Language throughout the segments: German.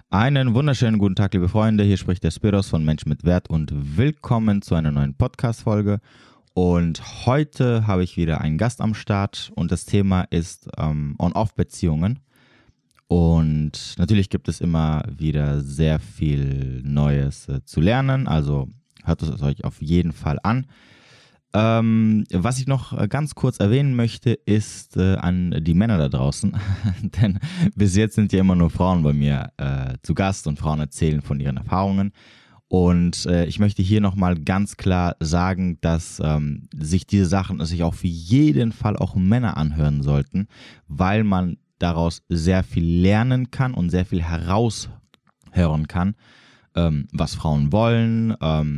Einen wunderschönen guten Tag, liebe Freunde. Hier spricht der Spiros von Mensch mit Wert und willkommen zu einer neuen Podcast-Folge. Und heute habe ich wieder einen Gast am Start und das Thema ist On-Off-Beziehungen. Und natürlich gibt es immer wieder sehr viel Neues zu lernen, also hört es euch auf jeden Fall an. Was ich noch ganz kurz erwähnen möchte, ist an die Männer da draußen, denn bis jetzt sind ja immer nur Frauen bei mir zu Gast und Frauen erzählen von ihren Erfahrungen. Und ich möchte hier nochmal ganz klar sagen, dass sich diese Sachen sich auf jeden Fall auch Männer anhören sollten, weil man daraus sehr viel lernen kann und sehr viel heraushören kann, was Frauen wollen,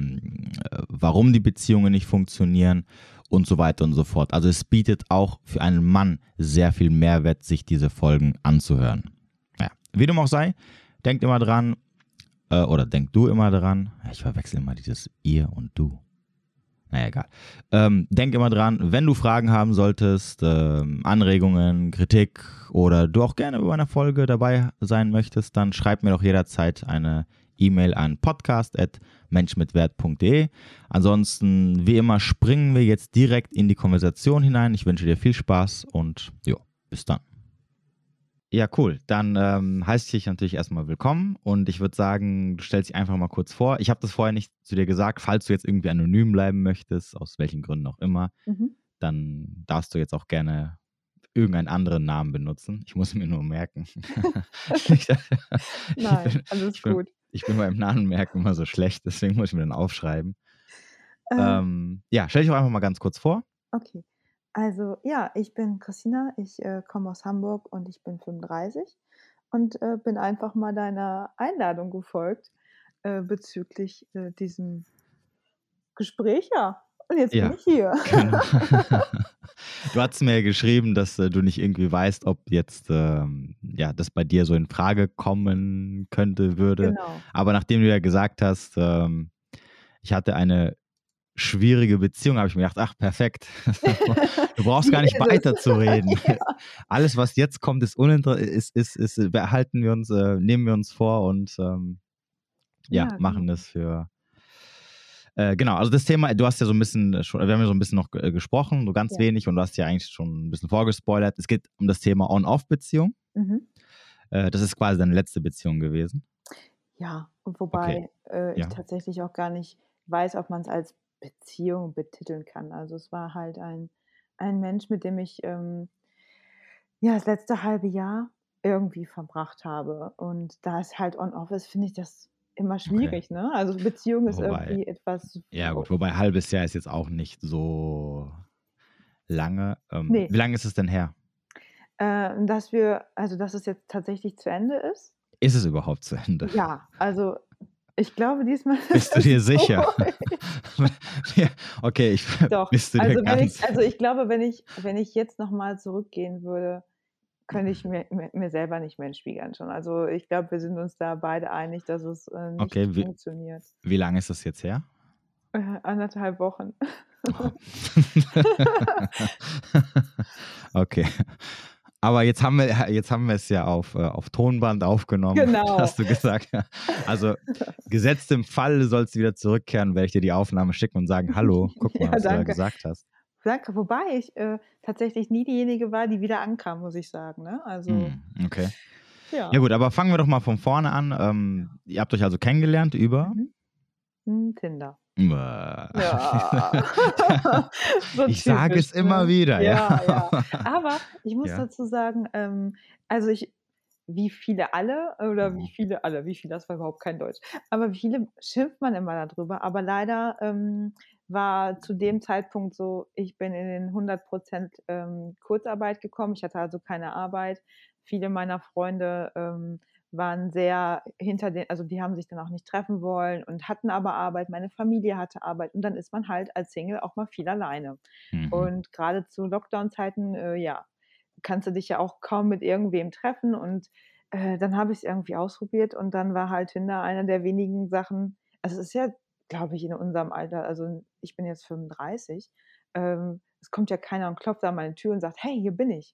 warum die Beziehungen nicht funktionieren und so weiter und so fort. Also es bietet auch für einen Mann sehr viel Mehrwert, sich diese Folgen anzuhören. Naja, wie dem auch sei, denkt immer dran, oder denk du immer dran, ich verwechsel immer dieses ihr und du. Naja, egal. Denk immer dran, wenn du Fragen haben solltest, Anregungen, Kritik oder du auch gerne bei einer Folge dabei sein möchtest, dann schreib mir doch jederzeit eine E-Mail an podcast@menschmitwert.de. Ansonsten, wie immer, springen wir jetzt direkt in die Konversation hinein. Ich wünsche dir viel Spaß und jo, bis dann. Ja, cool. Dann heiße ich dich natürlich erstmal willkommen und ich würde sagen, du stellst dich einfach mal kurz vor. Ich habe das vorher nicht zu dir gesagt, falls du jetzt irgendwie anonym bleiben möchtest, aus welchen Gründen auch immer, Mhm. dann darfst du jetzt auch gerne irgendeinen anderen Namen benutzen. Ich muss mir nur merken. ich, ich, Nein, bin, alles ich, bin, gut. ich bin beim Namen merken immer so schlecht, deswegen muss ich mir dann aufschreiben. Äh, Ja, stell dich doch einfach mal ganz kurz vor. okay. Also ja, ich bin Christina, ich komme aus Hamburg und ich bin 35 und bin einfach mal deiner Einladung gefolgt bezüglich diesem Gespräch. Ja, und jetzt bin Ja, ich hier. genau. Du hattest mir ja geschrieben, dass du nicht irgendwie weißt, ob jetzt ja, das bei dir so in Frage kommen könnte, würde. Genau. Aber nachdem du ja gesagt hast, ich hatte eine schwierige Beziehung, habe ich mir gedacht, ach, perfekt. Du brauchst Die gar nicht ist es. weiterzureden. Ja, Alles, was jetzt kommt, ist uninteressant, behalten wir uns, nehmen wir uns vor und ja, ja, machen genau. das für. Genau, also das Thema, du hast ja so ein bisschen schon, wir haben ja so ein bisschen noch gesprochen, so ganz Ja. wenig und du hast ja eigentlich schon ein bisschen vorgespoilert. Es geht um das Thema On-Off-Beziehung. Mhm. Das ist quasi deine letzte Beziehung gewesen. Ja, Okay, wobei ich ja. tatsächlich auch gar nicht weiß, ob man es als Beziehung betiteln kann. Also es war halt ein Mensch, mit dem ich ja, das letzte halbe Jahr irgendwie verbracht habe. Und da es halt on-off ist, finde ich das immer Okay. schwierig, ne? Also, Beziehung ist Wobei, irgendwie etwas ja gut, wobei halbes Jahr ist jetzt auch nicht so lange. ne, Wie lange ist es denn her? dass es jetzt tatsächlich zu Ende ist. Ist es überhaupt zu Ende? Ja, also, ich glaube, diesmal Bist ist du dir es sicher? durch. Ja, okay, Doch, bist du dir ganz. ich glaube, wenn ich jetzt noch mal zurückgehen würde, könnte ich mir selber nicht mehr in den Spiegel anschauen. Also, ich glaube, wir sind uns da beide einig, dass es nicht Okay, funktioniert. wie lange ist das jetzt her? 1,5 Wochen. Oh. Okay. Aber jetzt haben wir es ja auf Tonband aufgenommen, Genau. hast du gesagt. Also gesetzt im Fall, du sollst wieder zurückkehren, werde ich dir die Aufnahme schicken und sagen, hallo, guck mal, Ja, was du da danke. gesagt hast. Danke, wobei ich tatsächlich nie diejenige war, die wieder ankam, muss ich sagen, ne? Also, Okay. Ja ja. gut, aber fangen wir doch mal von vorne an. Ihr habt euch also kennengelernt über? Mhm. Tinder. Äh, Ja. So Ich sage typisch, es immer ne? wieder, ja. Ja, ja. Aber ich muss Ja. dazu sagen, also ich wie viele alle oder Mhm. wie viele, das war überhaupt kein Deutsch. Aber wie viele schimpft man immer dadrüber. Aber leider, war zu dem Zeitpunkt so, ich bin in den 100% Kurzarbeit gekommen. Ich hatte also keine Arbeit. Viele meiner Freunde, waren sehr hinter den also, die haben sich dann auch nicht treffen wollen und hatten aber Arbeit. Meine Familie hatte Arbeit und dann ist man halt als Single auch mal viel alleine. Mhm. Und grade zu Lockdown-Zeiten, ja, kannst du dich ja auch kaum mit irgendwem treffen und, dann habe ich's irgendwie ausprobiert und dann war halt Tinder einer der wenigen Sachen also, es ist ja, glaube ich, in unserem Alter also, ich bin jetzt 35, es kommt ja keiner und klopft an meine Tür und sagt: „Hey, hier bin ich.“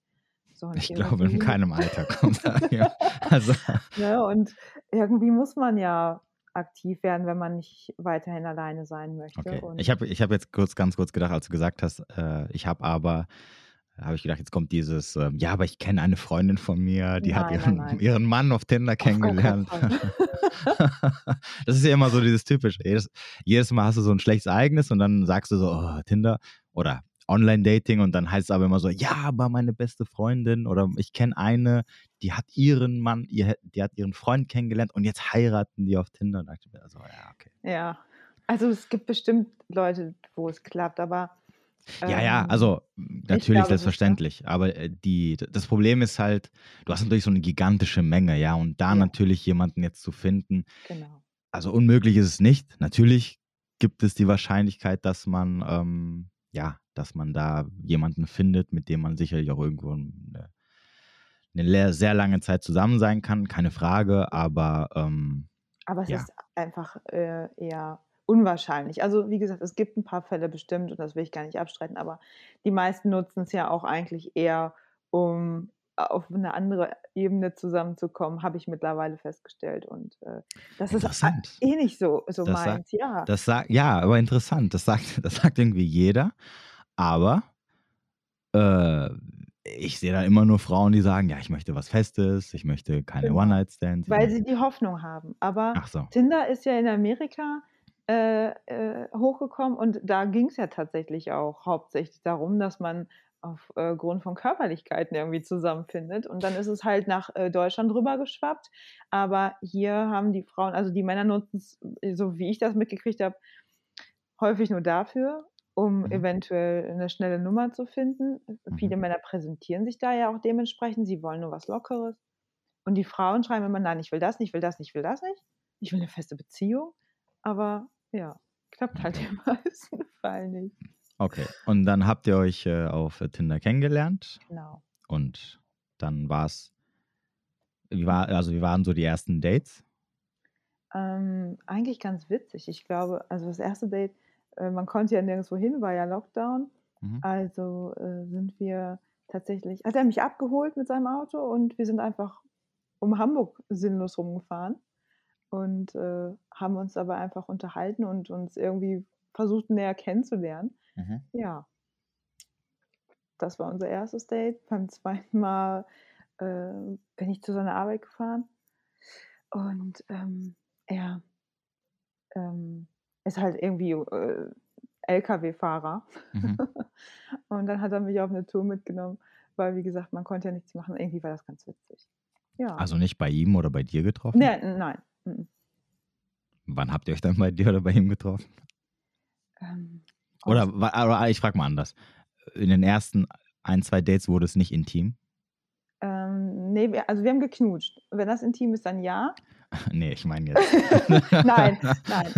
So und Ich glaube, in irgendwie keinem Alter kommt da ja. Also, ne, und irgendwie muss man ja aktiv werden, wenn man nicht weiterhin alleine sein möchte okay. und Ich habe jetzt ganz kurz gedacht, als du gesagt hast, ich habe ich gedacht, jetzt kommt dieses, ja, aber ich kenne eine Freundin von mir, die hat nein, nein, ihren nein, ihren Mann auf Tinder auf gar keinen kennengelernt. Fall. Das ist ja immer so dieses Typische. Jedes Mal hast du so ein schlechtes Ereignis und dann sagst du so: „Oh, Tinder“ oder Online-Dating und dann heißt es aber immer so: „Ja, aber meine beste Freundin oder ich kenne eine, die hat ihren Mann die hat ihren Freund kennengelernt und jetzt heiraten die auf Tinder.“ Da dachte ich mir so: „Ja, okay.“ Ja. Also, es gibt bestimmt Leute, wo es klappt, aber, Ja, ja, ähm, also, ich natürlich, glaube nicht, ne? selbstverständlich. Aber, das Problem ist halt, du hast natürlich so eine gigantische Menge, ja, und da Ja, natürlich jemanden jetzt zu finden, genau. also, unmöglich ist es nicht. Natürlich gibt es die Wahrscheinlichkeit, dass man, ja, dass man da jemanden findet, mit dem man sicherlich auch irgendwo 'ne sehr lange Zeit zusammen sein kann, keine Frage, aber, Aber es ja. ist einfach, eher unwahrscheinlich. Also, wie gesagt, es gibt 'n paar Fälle bestimmt und das will ich gar nicht abstreiten, aber die meisten nutzen's ja auch eigentlich eher, um auf 'ne andere Ebene zusammenzukommen, habe ich mittlerweile festgestellt und, das ist Interessant. eh nicht so Das sagt meins, ja. das sagt ja, aber interessant. Das sagt irgendwie jeder, aber Äh, ich sehe da immer nur Frauen, die sagen: „Ja, ich möchte was Festes, ich möchte keine Genau, One-Night-Stands, ich weil sie möchte“ die Hoffnung haben. Aber ach so. Tinder ist ja in Amerika, hochgekommen und da ging's ja tatsächlich auch hauptsächlich darum, dass man auf, Grund von Körperlichkeiten irgendwie zusammenfindet und dann ist es halt nach, Deutschland rübergeschwappt. Aber hier haben die Frauen also, die Männer nutzen's, so wie ich das mitgekriegt habe, häufig nur dafür, um Mhm, eventuell 'ne schnelle Nummer zu finden. mhm. Viele Männer präsentieren sich da ja auch dementsprechend. Sie wollen nur was Lockeres. Und die Frauen schreiben immer: „Nein, ich will das nicht, ich will das nicht, ich will das nicht. Ich will 'ne feste Beziehung.“ Aber ja, klappt halt Okay, im meisten Fall nicht. okay. Und dann habt ihr euch, auf, Tinder kennengelernt Genau. und dann war's wie waren so die ersten Dates? Eigentlich ganz witzig. Ich glaube also, das erste Date man konnte ja nirgendswo hin, war ja Lockdown. Mhm, Also, sind wir tatsächlich hat er mich abgeholt mit seinem Auto und wir sind einfach um Hamburg sinnlos rumgefahren und, haben uns dabei einfach unterhalten und uns irgendwie versucht, näher kennenzulernen. mhm. Ja, das war unser erstes Date. Beim zweiten Mal, bin ich zu seiner Arbeit gefahren und, er, ähm, ist halt irgendwie, Lkw-Fahrer. Mhm. Und dann hat er mich auf 'ne Tour mitgenommen, weil, wie gesagt, man konnte ja nichts machen. Irgendwie war das ganz witzig. Ja. Also, nicht bei ihm oder bei dir getroffen? Ne, nein. Mhm. Wann habt ihr euch dann bei dir oder bei ihm getroffen? Oh, das Oder ich frage mal anders. In den ersten ein 2 Dates wurde es nicht intim? ne, wir haben geknutscht. Wenn das intim ist, dann ja. Ne, ich meine jetzt. Nein, nein,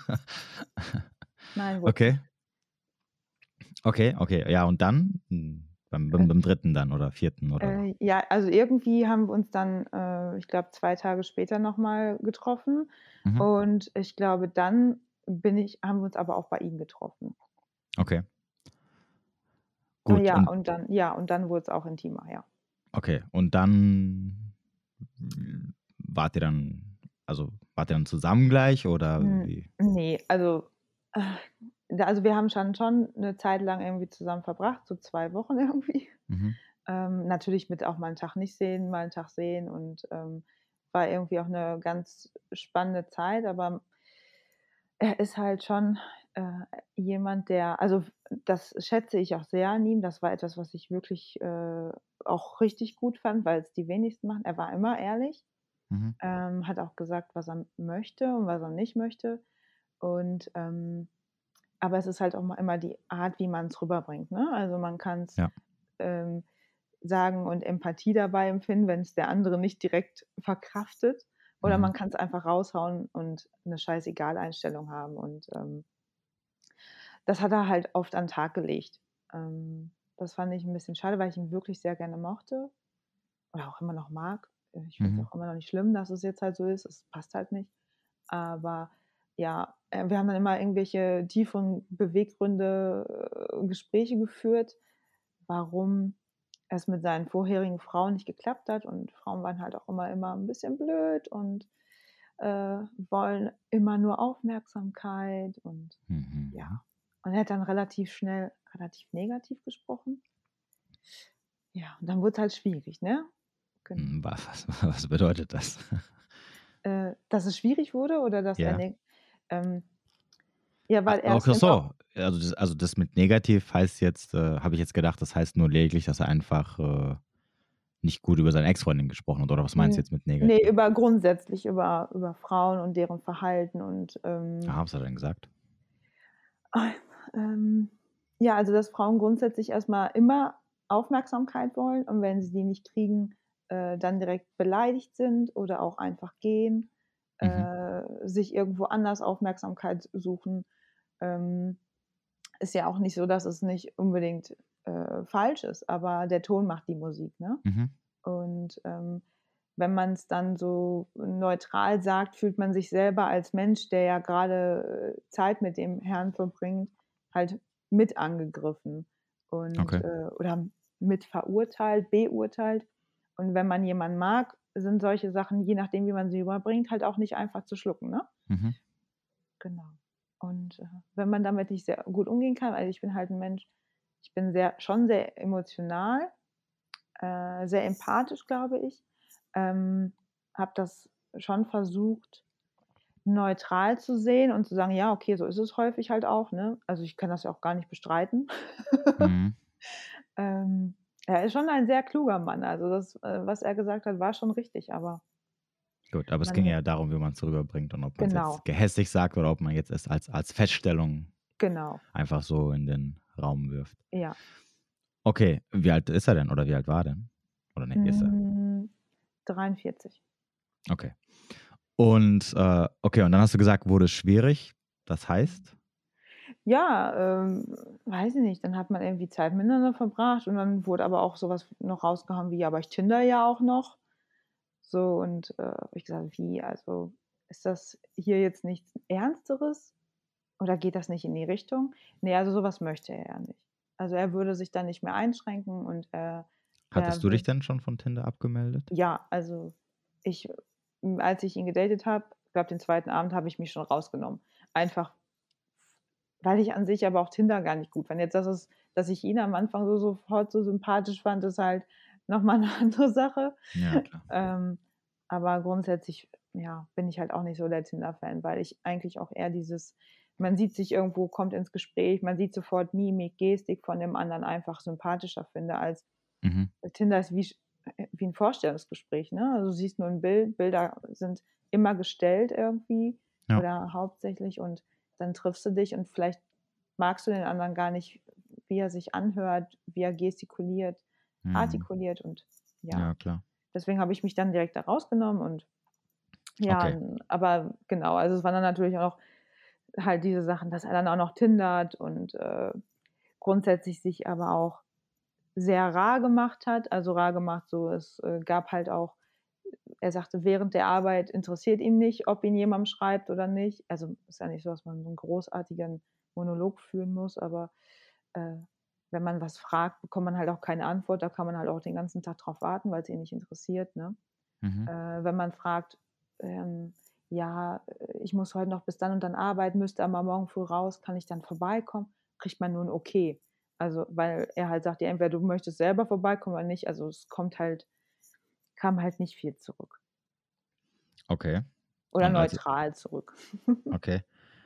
nein, wurde Okay, nicht. okay, okay. Ja, und dann? Beim 3. dann oder vierten oder Ja, also irgendwie haben wir uns dann, ich glaube, 2 Tage später noch mal getroffen mhm, und ich glaube, dann haben wir uns aber auch bei ihm getroffen. okay, gut. Und Ja, und dann wurde es auch intimer, ja. okay, und dann wart ihr dann wart ihr dann zusammen gleich oder wie? Ne, also, äh, also wir haben schon 'ne Zeit lang irgendwie zusammen verbracht, so 2 Wochen irgendwie. Mhm, Natürlich mit auch mal 'n Tag nicht sehen, mal 'n Tag sehen und, war irgendwie auch 'ne ganz spannende Zeit, aber er ist halt schon, jemand, der also, das schätze ich auch sehr an ihm. Das war etwas, was ich wirklich, auch richtig gut fand, weil's die wenigsten machen. Er war immer ehrlich, mhm, hat auch gesagt, was er möchte und was er nicht möchte. Und, aber es ist halt auch mal immer die Art, wie man's rüberbringt, ne? Also, man kann's, ja, ähm, sagen und Empathie dabei empfinden, wenn's der andere nicht direkt verkraftet. Oder mhm, man kann's einfach raushauen und 'ne Scheißegal-Einstellung haben und, das hat er halt oft an 'n Tag gelegt. Das fand ich 'n bisschen schade, weil ich ihn wirklich sehr gerne mochte oder auch immer noch mag. Ich finde mhm, es auch immer noch nicht schlimm, dass es jetzt halt so ist. Es passt halt nicht. Aber ja, wir haben dann immer irgendwelche tieferen Beweggründe, Gespräche geführt, warum es mit seinen vorherigen Frauen nicht geklappt hat und Frauen waren halt auch immer ein bisschen blöd und, wollen immer nur Aufmerksamkeit und ja. Mhm. Und er hat dann relativ schnell relativ negativ gesprochen. Ja, und dann wurd's halt schwierig, ne? Genau. Was bedeutet das? Dass es schwierig wurde oder dass er Ja. ähm, ja, weil er es Okay, eben auch so. Also das mit negativ heißt jetzt, habe ich jetzt gedacht, das heißt nur lediglich, dass er einfach nicht gut über seine Ex-Freundin gesprochen hat, oder was meinst du hm, jetzt mit ne, negativ? grundsätzlich über Frauen und deren Verhalten und, Was hat er denn gesagt? ah, ähm, ja, also, dass Frauen grundsätzlich erst mal immer Aufmerksamkeit wollen und wenn sie die nicht kriegen, dann direkt beleidigt sind oder auch einfach gehen, Mhm. sich irgendwo anders Aufmerksamkeit suchen. Ähm, Ist ja auch nicht so, dass es nicht unbedingt, falsch ist, aber der Ton macht die Musik, ne? Mhm. Und, wenn man's dann so neutral sagt, fühlt man sich selber als Mensch, der ja grade, Zeit mit dem Herrn verbringt, halt mit angegriffen und, Okay. oder mit verurteilt, beurteilt. Und wenn man jemanden mag, sind solche Sachen, je nachdem, wie man sie rüberbringt, halt auch nicht einfach zu schlucken, ne? Mhm. Genau. Und, wenn man damit nicht sehr gut umgehen kann, also, ich bin halt 'n Mensch, ich bin sehr emotional, sehr empathisch, glaube ich. Habe das schon versucht, neutral zu sehen und zu sagen: „Ja, okay, so ist es häufig halt auch“, ne? Also, ich kann das ja auch gar nicht bestreiten. Mhm. Ähm, Er ist schon ein sehr kluger Mann. Also, das, was er gesagt hat, war schon richtig, aber Gut, aber es ging man ja darum, wie man es rüberbringt und ob man es jetzt genau, gehässig sagt oder ob man jetzt es als Feststellung genau, einfach so in den Raum wirft. ja. Okay, wie alt ist er denn oder wie alt war er denn? Oder ne, ist er? Hm, 43. Okay. Und, okay, und dann hast du gesagt, wurde es schwierig. Das heißt? Ja, weiß ich nicht, dann hat man irgendwie Zeit miteinander verbracht und dann wurde aber auch so was noch rausgehauen wie: „Ja, aber ich Tinder ja auch noch.“ So und, habe ich gesagt: „Wie? Also, ist das hier jetzt nichts Ernsteres oder geht das nicht in die Richtung?“ Ne, also so was möchte er ja nicht. Also, er würde sich da nicht mehr einschränken und, Hattest er du dich würde denn schon von Tinder abgemeldet? ja, also ich als ich ihn gedatet habe, glaube, den zweiten Abend habe ich mich schon rausgenommen. Einfach, weil ich an sich aber auch Tinder gar nicht gut fand. Jetzt, dass ich ihn am Anfang so sofort so sympathisch fand, ist halt noch mal 'ne andere Sache. Ja, klar. Ähm, aber grundsätzlich, ja, bin ich halt auch nicht so der Tinder-Fan, weil ich eigentlich auch eher dieses man sieht sich irgendwo, kommt ins Gespräch, man sieht sofort Mimik, Gestik von dem anderen einfach sympathischer finde als Mhm. Tinder ist wie 'n Vorstellungsgespräch, ne? Also, du siehst nur 'n Bild, Bilder sind immer gestellt irgendwie Ja. oder hauptsächlich und dann triffst du dich und vielleicht magst du den anderen gar nicht, wie er sich anhört, wie er gestikuliert, Mhm. artikuliert und ja, Ja, klar. deswegen habe ich mich dann direkt da rausgenommen und ja, Okay. aber genau, also, es waren dann natürlich auch noch halt diese Sachen, dass er dann auch noch tindert und, grundsätzlich sich aber auch sehr rar gemacht hat. Also, rar gemacht so, es, gab halt auch er sagte, während der Arbeit interessiert ihn nicht, ob ihn jemand schreibt oder nicht. Also, ist ja nicht so, dass man so 'n großartigen Monolog führen muss, aber, äh, wenn man was fragt, bekommt man halt auch keine Antwort. Da kann man halt auch den ganzen Tag drauf warten, weil's ihn nicht interessiert, ne? Mhm. Wenn man fragt, „Ja, ich muss heute noch bis dann und dann arbeiten, müsste aber morgen früh raus, kann ich dann vorbeikommen?“ Kriegt man nur 'n Okay. Also, weil er halt sagt: „Ja, entweder du möchtest selber vorbeikommen oder nicht.“ Also, es kam halt nicht viel zurück Okay. oder Und als neutral zurück. okay.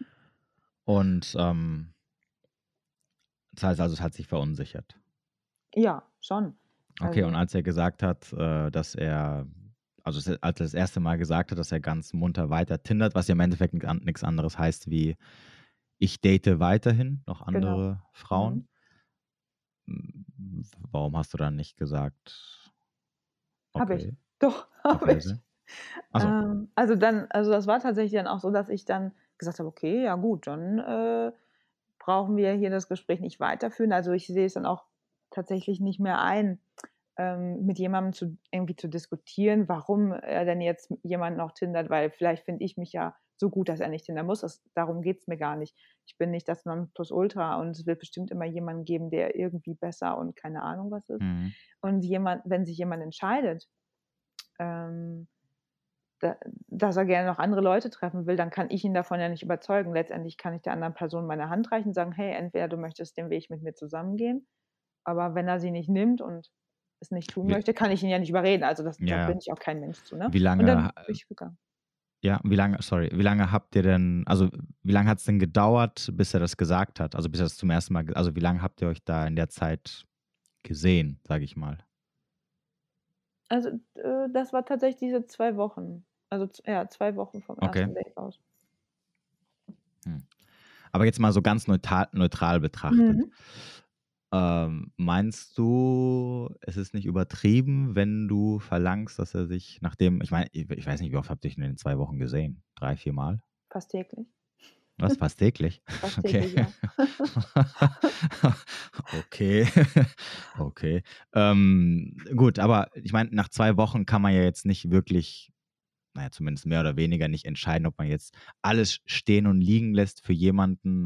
Und, das heißt also, es hat sich verunsichert. Ja, schon. Okay, und Also, als er gesagt hat, dass er also, als er das erste Mal gesagt hat, dass er ganz munter weiter tindert, was ja im Endeffekt nix anderes heißt wie: „Ich date weiterhin noch genau. andere Mhm. Frauen.“ Warum hast du dann nicht gesagt: Habe ich. „Okay, Doch, habe okay, ich. okay.“ Ach so. Also, das war tatsächlich dann auch so, dass ich dann gesagt habe: „Okay, ja gut, dann, brauchen wir hier das Gespräch nicht weiterführen.“ Also, ich sehe es dann auch tatsächlich nicht mehr ein, mit jemandem irgendwie zu diskutieren, warum er denn jetzt jemanden noch tindert, weil vielleicht finde ich mich ja so gut, dass er nicht tindern muss. Darum geht es mir gar nicht. Ich bin nicht das Nonplusultra und es wird bestimmt immer jemanden geben, der irgendwie besser und keine Ahnung was ist. Mhm. Und wenn sich jemand entscheidet, ähm, dass er gerne noch andere Leute treffen will, dann kann ich ihn davon ja nicht überzeugen. Letztendlich kann ich der anderen Person meine Hand reichen und sagen, hey, entweder du möchtest den Weg mit mir zusammengehen, aber wenn er sie nicht nimmt und es nicht tun Wie, möchte, kann ich ihn ja nicht überreden. Also da ja, bin ich auch kein Mensch zu, ne? wie Und dann lange, bin ich gegangen. ja, wie lange habt ihr denn, also wie lange hat es denn gedauert, bis er das gesagt hat? Also bis er das zum ersten Mal, also wie lange habt ihr euch da in der Zeit gesehen, sage ich mal? Also, das war tatsächlich diese 2 Wochen. Also, 2 Wochen vom Okay. ersten Date aus. Hm. Aber jetzt mal so ganz neutral betrachtet. Mhm. Meinst du, es ist nicht übertrieben, wenn du verlangst, dass er sich nachdem, ich meine, ich weiß nicht, wie oft habt ihr euch in den 2 Wochen gesehen? 3, 4 Mal? Fast täglich. Was, fast täglich? Fast Okay. täglich, ja. Okay. Okay. Gut, aber ich meine, nach 2 Wochen kann man ja jetzt nicht wirklich, naja, zumindest mehr oder weniger nicht entscheiden, ob man jetzt alles stehen und liegen lässt für jemanden,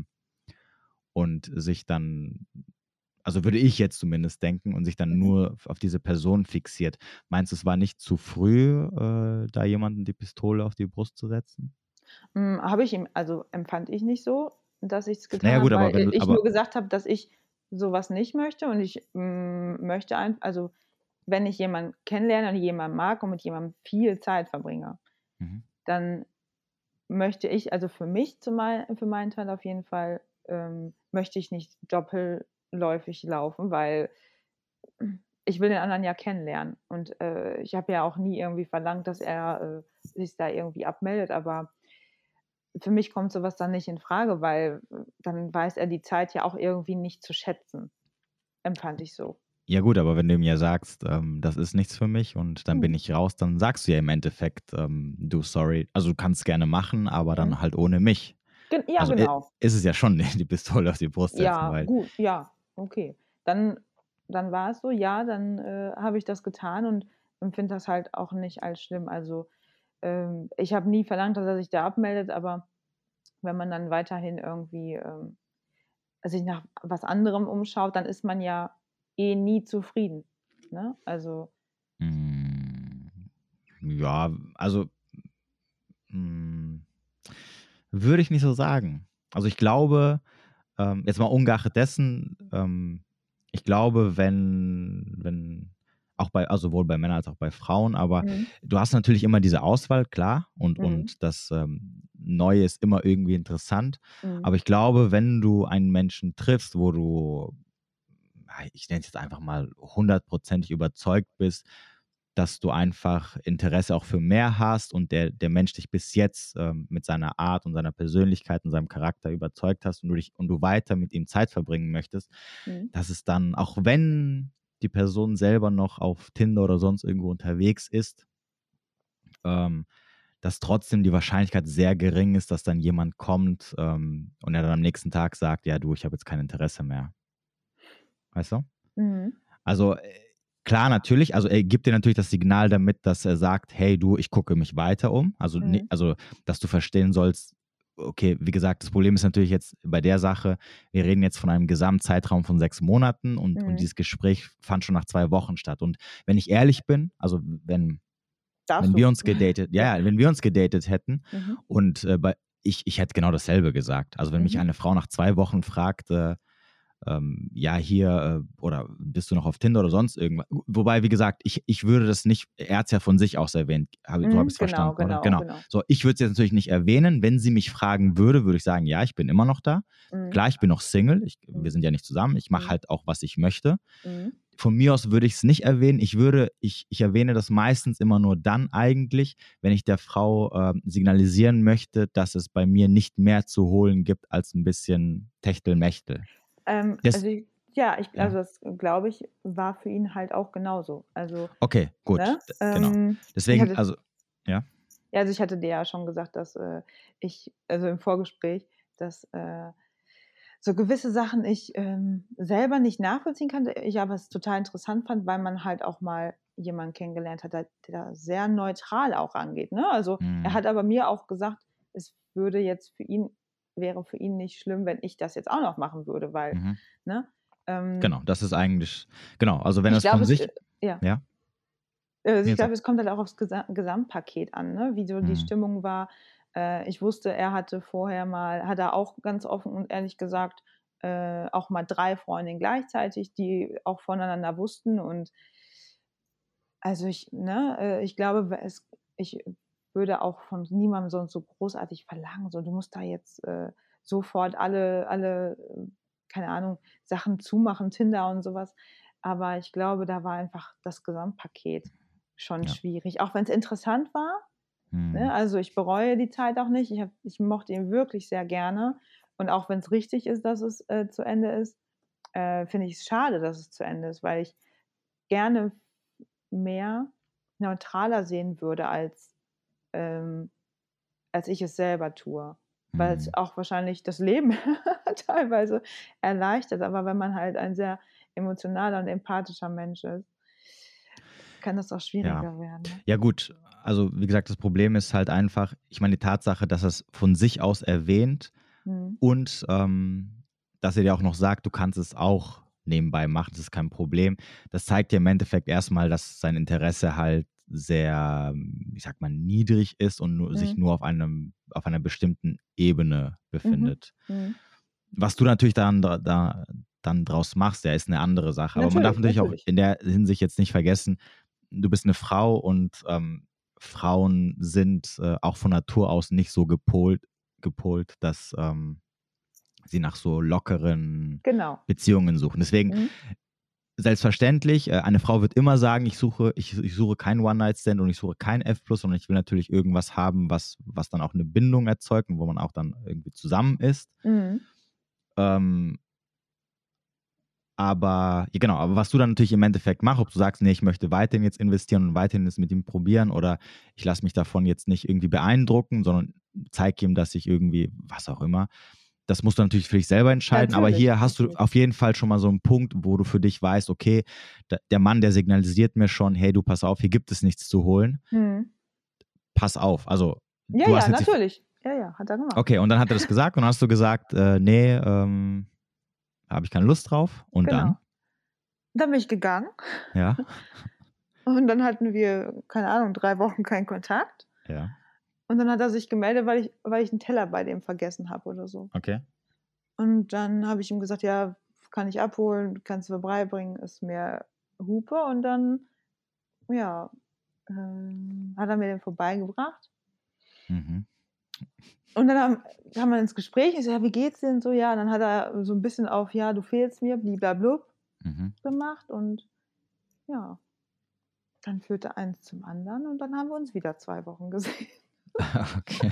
und sich dann, also würde ich jetzt zumindest denken, und sich dann Mhm. nur auf diese Person fixiert. Meinst du, es war nicht zu früh, da jemanden die Pistole auf die Brust zu setzen? Habe ich ihm also, empfand ich nicht so, dass ich's Na ja getan gut, habe, aber weil wenn du, ich aber nur gesagt habe, dass ich so was nicht möchte und ich, möchte also, wenn ich jemanden kennenlerne und jemanden mag und mit jemandem viel Zeit verbringe, mhm. dann möchte ich also für meinen Teil auf jeden Fall, möchte ich nicht doppelläufig laufen, weil ich will den anderen ja kennenlernen. Und, ich habe ja auch nie irgendwie verlangt, dass er, sich da irgendwie abmeldet, aber für mich kommt so was dann nicht in Frage, weil, dann weiß er die Zeit ja auch irgendwie nicht zu schätzen, empfand ich so. Ja gut, aber wenn du mir sagst, das ist nichts für mich und dann bin Mhm. ich raus, dann sagst du ja im Endeffekt, du, sorry, also du kannst gerne machen, aber Mhm. dann halt ohne mich. Ja, Also genau. ist es ja schon die Pistole auf die Brust setzen, Ja, weil, gut, ja, okay. Dann dann war es so, ja, dann, habe ich das getan und empfinde das halt auch nicht als schlimm. Also, ich habe nie verlangt, dass er sich da abmeldet, aber wenn man dann weiterhin irgendwie, sich nach was anderem umschaut, dann ist man ja eh nie zufrieden, ne? Also hm, ja, also hm, würde ich nicht so sagen. Also ich glaube, jetzt mal ungeachtet dessen, ich glaube, wenn auch bei, also sowohl bei Männern als auch bei Frauen, aber mhm, du hast natürlich immer diese Auswahl, klar, und, mhm, das Neue ist immer irgendwie interessant. mhm, Aber ich glaube, wenn du einen Menschen triffst, wo du, ich nenne es jetzt einfach mal, hundertprozentig überzeugt bist, dass du einfach Interesse auch für mehr hast und der Mensch dich bis jetzt mit seiner Art und seiner Persönlichkeit und seinem Charakter überzeugt hast und du weiter mit ihm Zeit verbringen möchtest, mhm. dass es dann, auch wenn die Person selber noch auf Tinder oder sonst irgendwo unterwegs ist, ähm, dass trotzdem die Wahrscheinlichkeit sehr gering ist, dass dann jemand kommt, und er dann am nächsten Tag sagt, ja du, ich habe jetzt kein Interesse mehr. Weißt du? Mhm. Also, klar, natürlich, also, er gibt dir natürlich das Signal damit, dass er sagt: „Hey du, ich gucke mich weiter um.“ Also, ne, Mhm. also, dass du verstehen sollst, okay, wie gesagt, das Problem ist natürlich jetzt bei der Sache, wir reden jetzt von einem Gesamtzeitraum von 6 Monaten und Mhm. dieses Gespräch fand schon nach 2 Wochen statt. Und wenn ich ehrlich bin, also, Darfst wenn du. wir uns gedatet, Ja. ja, ja, wenn wir uns gedatet hätten Mhm. und, ich hätte genau dasselbe gesagt. Also, wenn mich Mhm. eine Frau nach 2 Wochen fragt, ja, hier, oder bist du noch auf Tinder oder sonst irgendwas? Wobei, wie gesagt, ich würde das nicht, er hat es ja von sich aus erwähnt, so habe ich Mhm. es Genau, verstanden, oder? genau, Genau. genau. So, ich würde es jetzt natürlich nicht erwähnen. Wenn sie mich fragen würde, würde ich sagen, ja, ich bin immer noch da. Mhm. Klar, ich bin noch Single, wir Mhm. sind ja nicht zusammen, ich mache Mhm. halt auch, was ich möchte. Mhm. Von mir aus würde ich es nicht erwähnen. Ich erwähne das meistens immer nur dann eigentlich, wenn ich der Frau signalisieren möchte, dass es bei mir nicht mehr zu holen gibt als ein bisschen Techtelmechtel. Das, Also, ja, ja. also, das, glaube ich, war für ihn halt auch genauso. Also, Okay, gut, ne? genau. Ich Deswegen, hatte also, ja. ja, also, ich hatte dir ja schon gesagt, dass, ich also, im Vorgespräch, dass, so gewisse Sachen ich selber nicht nachvollziehen kann, ich aber es total interessant fand, weil man halt auch mal jemanden kennengelernt hat, der da sehr neutral auch rangeht, ne? Also, er Mhm. hat aber mir auch gesagt, es würde jetzt wäre für ihn nicht schlimm, wenn ich das jetzt auch noch machen würde, weil, Mhm. ne? Genau, das ist eigentlich genau, also wenn Ich es glaube, von sich ja. ja? Also, Ne, ich sag. glaube, es kommt halt auch aufs Gesamtpaket an, ne, wie so die Mhm. Stimmung war. Ich wusste, er hatte vorher mal hat er auch ganz offen und ehrlich gesagt, auch mal 3 Freundinnen gleichzeitig, die auch voneinander wussten und also ich glaube, ich würde auch von niemandem so großartig verlangen, so: „Du musst da jetzt, sofort alle, keine Ahnung, Sachen zumachen, Tinder und so was.“ Aber ich glaube, da war einfach das Gesamtpaket schon Ja. schwierig, auch wenn's interessant war, Mhm. ne? Also, ich bereue die Zeit auch nicht. Ich mochte ihn wirklich sehr gerne und auch wenn's richtig ist, dass es, zu Ende ist, finde ich's schade, dass es zu Ende ist, weil ich gerne mehr neutraler sehen würde, ähm als ich es selber tue, weil es Mhm. auch wahrscheinlich das Leben teilweise erleichtert. Aber wenn man halt ein sehr emotionaler und empathischer Mensch ist, kann das auch Ja. schwieriger werden, ne? Ja gut, also wie gesagt, das Problem ist halt einfach, ich meine, die Tatsache, dass er's von sich aus erwähnt Mhm. und, dass er dir auch noch sagt, du kannst es auch nebenbei machen, das ist kein Problem. Das zeigt ja im Endeffekt erst mal, dass sein Interesse halt sehr, ich sage mal, niedrig ist und sich Mhm. nur auf einer bestimmten Ebene Mhm. befindet. Mhm. Was du natürlich dann draus machst, ja, ist eine andere Sache. Aber man darf Natürlich, natürlich auch natürlich. in der Hinsicht jetzt nicht vergessen, du bist eine Frau und, Frauen sind, auch von Natur aus nicht so gepolt, dass, sie nach so lockeren Genau. Beziehungen suchen. Deswegen Mhm. selbstverständlich, eine Frau wird immer sagen: „Ich suche keinen One-Night-Stand und ich suche kein F+, sondern ich will natürlich irgendwas haben, was dann auch eine Bindung erzeugt und wo man auch dann irgendwie zusammen ist.“ Mhm. Ähm, aber ja, genau, aber was du dann natürlich im Endeffekt machst, ob du sagst: „Ne, ich möchte weiterhin jetzt investieren und weiterhin es mit ihm probieren“ oder „ich lasse mich davon jetzt nicht irgendwie beeindrucken, sondern zeige ihm, dass ich irgendwie“ was auch immer. Das musst du natürlich für dich selber entscheiden, aber Natürlich, hier hast du natürlich. auf jeden Fall schon mal so 'n Punkt, wo du für dich weißt: „Okay, der Mann, der signalisiert mir schon: ‚Hey, du pass auf, hier gibt es nichts zu holen. Mhm. Pass auf.‘“ Also, Ja, du hast ja, jetzt die F natürlich. Ja, ja, hat er gemacht. okay, und dann hat er das gesagt und dann hast du gesagt: „Ne, habe ich keine Lust drauf.“ Und dann? Genau. Dann bin ich gegangen Ja, und dann hatten wir, keine Ahnung, 3 Wochen keinen Kontakt ja, und dann hat er sich gemeldet, weil ich 'n Teller bei dem vergessen habe oder so. okay. Und dann habe ich ihm gesagt: „Ja, kann ich abholen, kannst du vorbeibringen, ist mir Hupe.“ Und dann, ja, hat er mir den vorbeigebracht. Mhm, Und dann kam man ins Gespräch. Ich so: „Ja, wie geht's dir?“ Und so, ja, dann hat er so 'n bisschen auf: „Ja, du fehlst mir, bliblablub“ mhm. gemacht und ja, dann führte eins zum anderen und dann haben wir uns wieder 2 Wochen gesehen. Okay.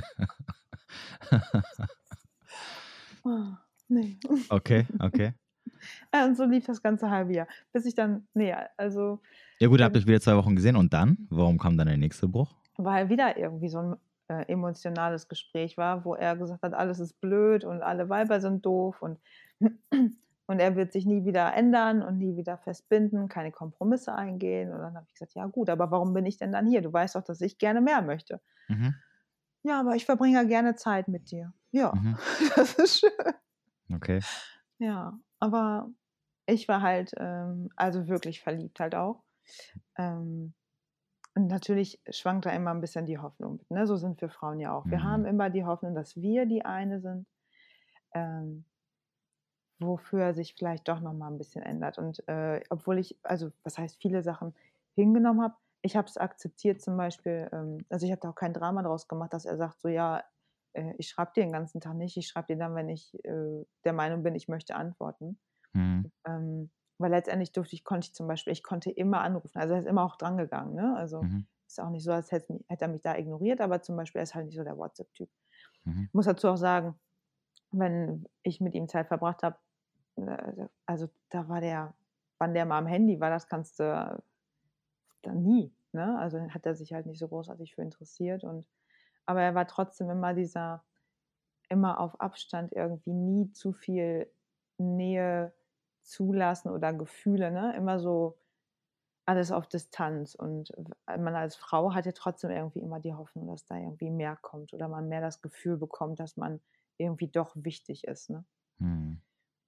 Oh, ne. Okay, okay. Ja, und so lief das ganze halbe Jahr, bis ich dann ne, also, Ja gut, ihr habt ähm euch wieder 2 Wochen gesehen und dann? Warum kam dann der nächste Bruch? weil wieder irgendwie so 'n, emotionales Gespräch war, wo er gesagt hat: „Alles ist blöd und alle Weiber sind doof und und er wird sich nie wieder ändern und nie wieder festbinden, keine Kompromisse eingehen.“ Und dann habe ich gesagt: „Ja gut, aber warum bin ich denn dann hier? Du weißt doch, dass ich gerne mehr möchte.“ Mhm, „Ja, aber ich verbringe ja gerne Zeit mit dir.“ Ja, mhm, das ist schön. okay. Ja, aber ich war halt, also wirklich verliebt halt auch. Ähm Und natürlich schwankt da immer 'n bisschen die Hoffnung mit, ne? So sind wir Frauen ja auch. Wir haben Mhm, immer die Hoffnung, dass wir die eine sind, ähm, wofür er sich vielleicht doch noch mal 'n bisschen ändert. Und, obwohl ich also, was heißt, viele Sachen hingenommen habe, ich habe es akzeptiert zum Beispiel, also, ich habe da auch kein Drama draus gemacht, dass er sagt so: „Ja, ich schreibe dir den ganzen Tag nicht. Ich schreibe dir dann, wenn ich, der Meinung bin, ich möchte antworten.“ mhm, Weil letztendlich konnte ich zum Beispiel ich konnte immer anrufen. Also, er ist immer auch drangegangen, ne? Also, mhm, ist auch nicht so, als hätte er mich da ignoriert, aber zum Beispiel er ist halt nicht so der WhatsApp-Typ. mhm. Muss dazu auch sagen, wenn ich mit ihm Zeit verbracht habe, also, da wann der mal am Handy war, das kannst du dann nie, ne? Also, hat er sich halt nicht so großartig für interessiert aber er war trotzdem immer immer auf Abstand irgendwie, nie zu viel Nähe zulassen oder Gefühle, ne? Immer so alles auf Distanz. Und man als Frau hat ja trotzdem irgendwie immer die Hoffnung, dass da irgendwie mehr kommt oder man mehr das Gefühl bekommt, dass man irgendwie doch wichtig ist, ne? Mhm.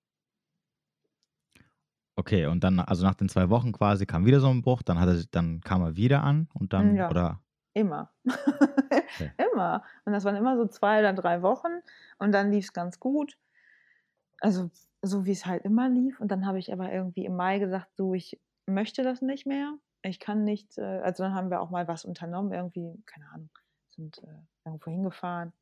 Okay, und dann, also nach den 2 Wochen quasi kam wieder so ein Bruch, dann kam er wieder an und dann, Ja, oder? immer. Okay. Immer. Und das waren immer so 2 oder 3 Wochen und dann lief es ganz gut. Also, so wie es halt immer lief. Und dann habe ich aber irgendwie im Mai gesagt: „Du, ich möchte das nicht mehr. Ich kann nicht“, also, dann haben wir auch mal was unternommen, irgendwie, keine Ahnung, sind, irgendwo hingefahren.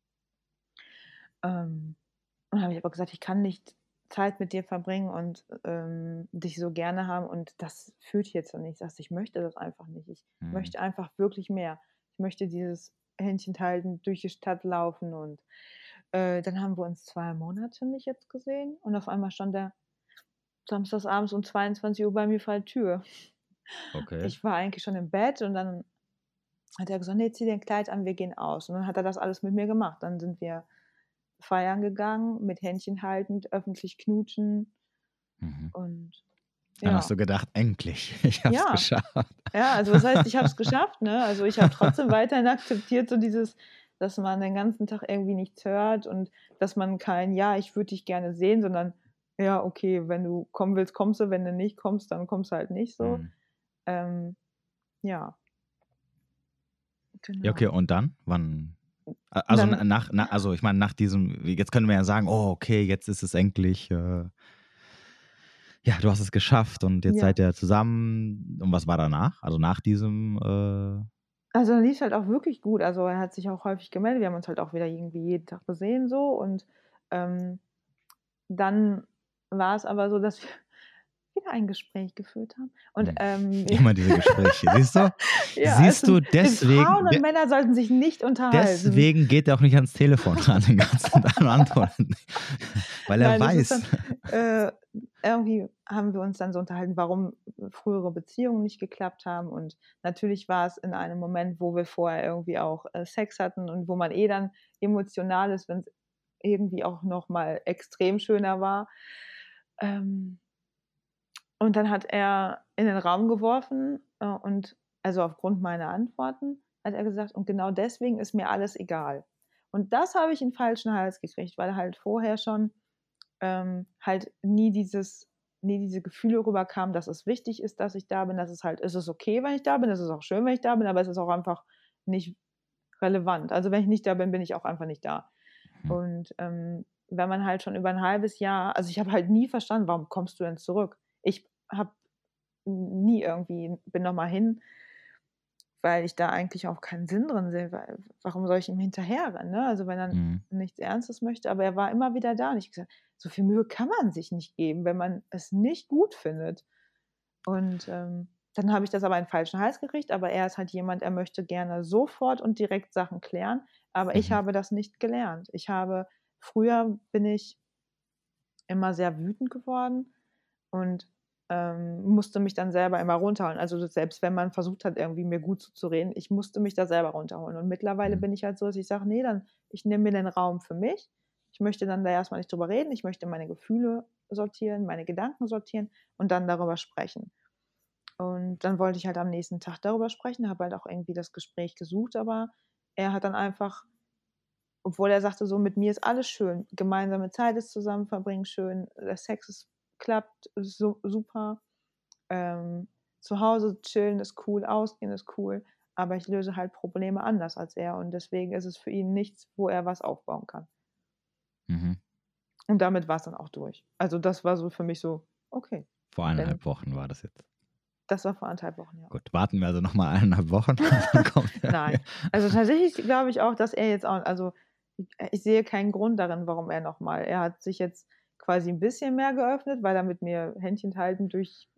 Und habe ich aber gesagt: „Ich kann nicht Zeit mit dir verbringen und, dich so gerne haben und das führt jetzt so nicht.“ Ich sage: „Ich möchte das einfach nicht. Ich Mhm. möchte einfach wirklich mehr. Ich möchte dieses Händchen halten, durch die Stadt laufen“ und, dann haben wir uns 2 Monate nicht jetzt gesehen und auf einmal stand er samstags abends um 22 Uhr bei mir vor der Tür. Okay. Ich war eigentlich schon im Bett und dann hat er gesagt: „Ne, zieh dir 'n Kleid an, wir gehen aus.“ Und dann hat er das alles mit mir gemacht. Dann sind wir feiern gegangen, mit Händchen haltend, öffentlich knutschen Mhm. und Dann hast ja. du gedacht: „Endlich, ich habe es Ja, geschafft.“ ja, also was heißt, ich habe es geschafft, ne? Also, ich habe trotzdem weiterhin akzeptiert, so dieses, dass man den ganzen Tag irgendwie nichts hört und dass man kein „Ja, ich würde dich gerne sehen“, sondern „Ja, okay, wenn du kommen willst, kommst du, wenn du nicht kommst, dann kommst du halt nicht“, so. Mhm. Ähm, ja, Ja, okay, genau. und dann? Wann Und also, dann also, ich meine, nach diesem, jetzt können wir ja sagen: „Oh, okay, jetzt ist es endlich, ja, du hast es geschafft und jetzt ja. seid ihr zusammen.“ Und was war danach? Also, nach diesem, Also, dann lief's halt auch wirklich gut. Also, er hat sich auch häufig gemeldet. Wir haben uns halt auch wieder irgendwie jeden Tag gesehen so und, ähm, dann war es aber so, dass wir wieder ein Gespräch geführt haben und, ja, immer diese Gespräche, siehst du? ja, es Siehst du, sind Frauen deswegen und Männer sollten sich nicht unterhalten. deswegen geht er auch nicht ans Telefon ran den ganzen Tag und antwortet nicht, weil er Nein, das ist weiß. dann äh, irgendwie haben wir uns dann so unterhalten, warum frühere Beziehungen nicht geklappt haben und natürlich war es in einem Moment, wo wir vorher irgendwie auch, Sex hatten und wo man dann emotional ist, wenn's irgendwie auch noch mal extrem schöner war. Ähm Und dann hat er in den Raum geworfen, und also aufgrund meiner Antworten hat er gesagt: „Und genau deswegen ist mir alles egal.“ Und das habe ich in 'n falschen Hals gekriegt, weil halt vorher schon, halt nie diese Gefühle rüberkamen, dass es wichtig ist, dass ich da bin, dass es ist okay, wenn ich da bin, es ist auch schön, wenn ich da bin, aber es ist auch einfach nicht relevant. Also, wenn ich nicht da bin, bin ich auch einfach nicht da. Mhm. Und, wenn man halt schon über 'n halbes Jahr, also, ich habe halt nie verstanden: „Warum kommst du denn zurück?“ Ich habe nie irgendwie bin noch mal hin, weil ich da eigentlich auch keinen Sinn drin sehe, weil warum soll ich ihm hinterherrennen, ne? Also, wenn er Mhm. nichts Ernstes möchte, aber er war immer wieder da und ich habe gesagt: „So viel Mühe kann man sich nicht geben, wenn man es nicht gut findet.“ Und, dann habe ich das aber in 'n falschen Hals gekriegt, aber er ist halt jemand, er möchte gerne sofort und direkt Sachen klären, aber ich Mhm. habe das nicht gelernt. Früher bin ich immer sehr wütend geworden und, musste mich dann selber immer runterholen. Also, selbst wenn man versucht hat, irgendwie mir gut zuzureden, ich musste mich da selber runterholen. Und mittlerweile Mhm. bin ich halt so, dass ich sage: „Ne, dann ich nehme mir den Raum für mich. Ich möchte dann da erst mal nicht drüber reden. Ich möchte meine Gefühle sortieren, meine Gedanken sortieren und dann darüber sprechen.“ Und dann wollte ich halt am nächsten Tag darüber sprechen, habe halt auch irgendwie das Gespräch gesucht, aber er hat dann einfach, obwohl er sagte so: „Mit mir ist alles schön. Gemeinsame Zeit ist zusammen verbringen schön, der Sex klappt super, ähm, zu Hause chillen ist cool, ausgehen ist cool, aber ich löse halt Probleme anders als er und deswegen ist es für ihn nichts, wo er was aufbauen kann.“ Mhm. Und damit war's dann auch durch. Also, das war so für mich so: „Okay, Vor wenn“ 1,5 Wochen war das jetzt. das war vor 1,5 Wochen, ja. Gut, warten wir also noch mal 1,5 Wochen und dann kommt er Nein. wieder. Also, tatsächlich glaube ich auch, dass er jetzt auch, also, ich sehe keinen Grund darin, warum er hat sich jetzt quasi 'n bisschen mehr geöffnet, weil er mit mir Händchen haltend durch,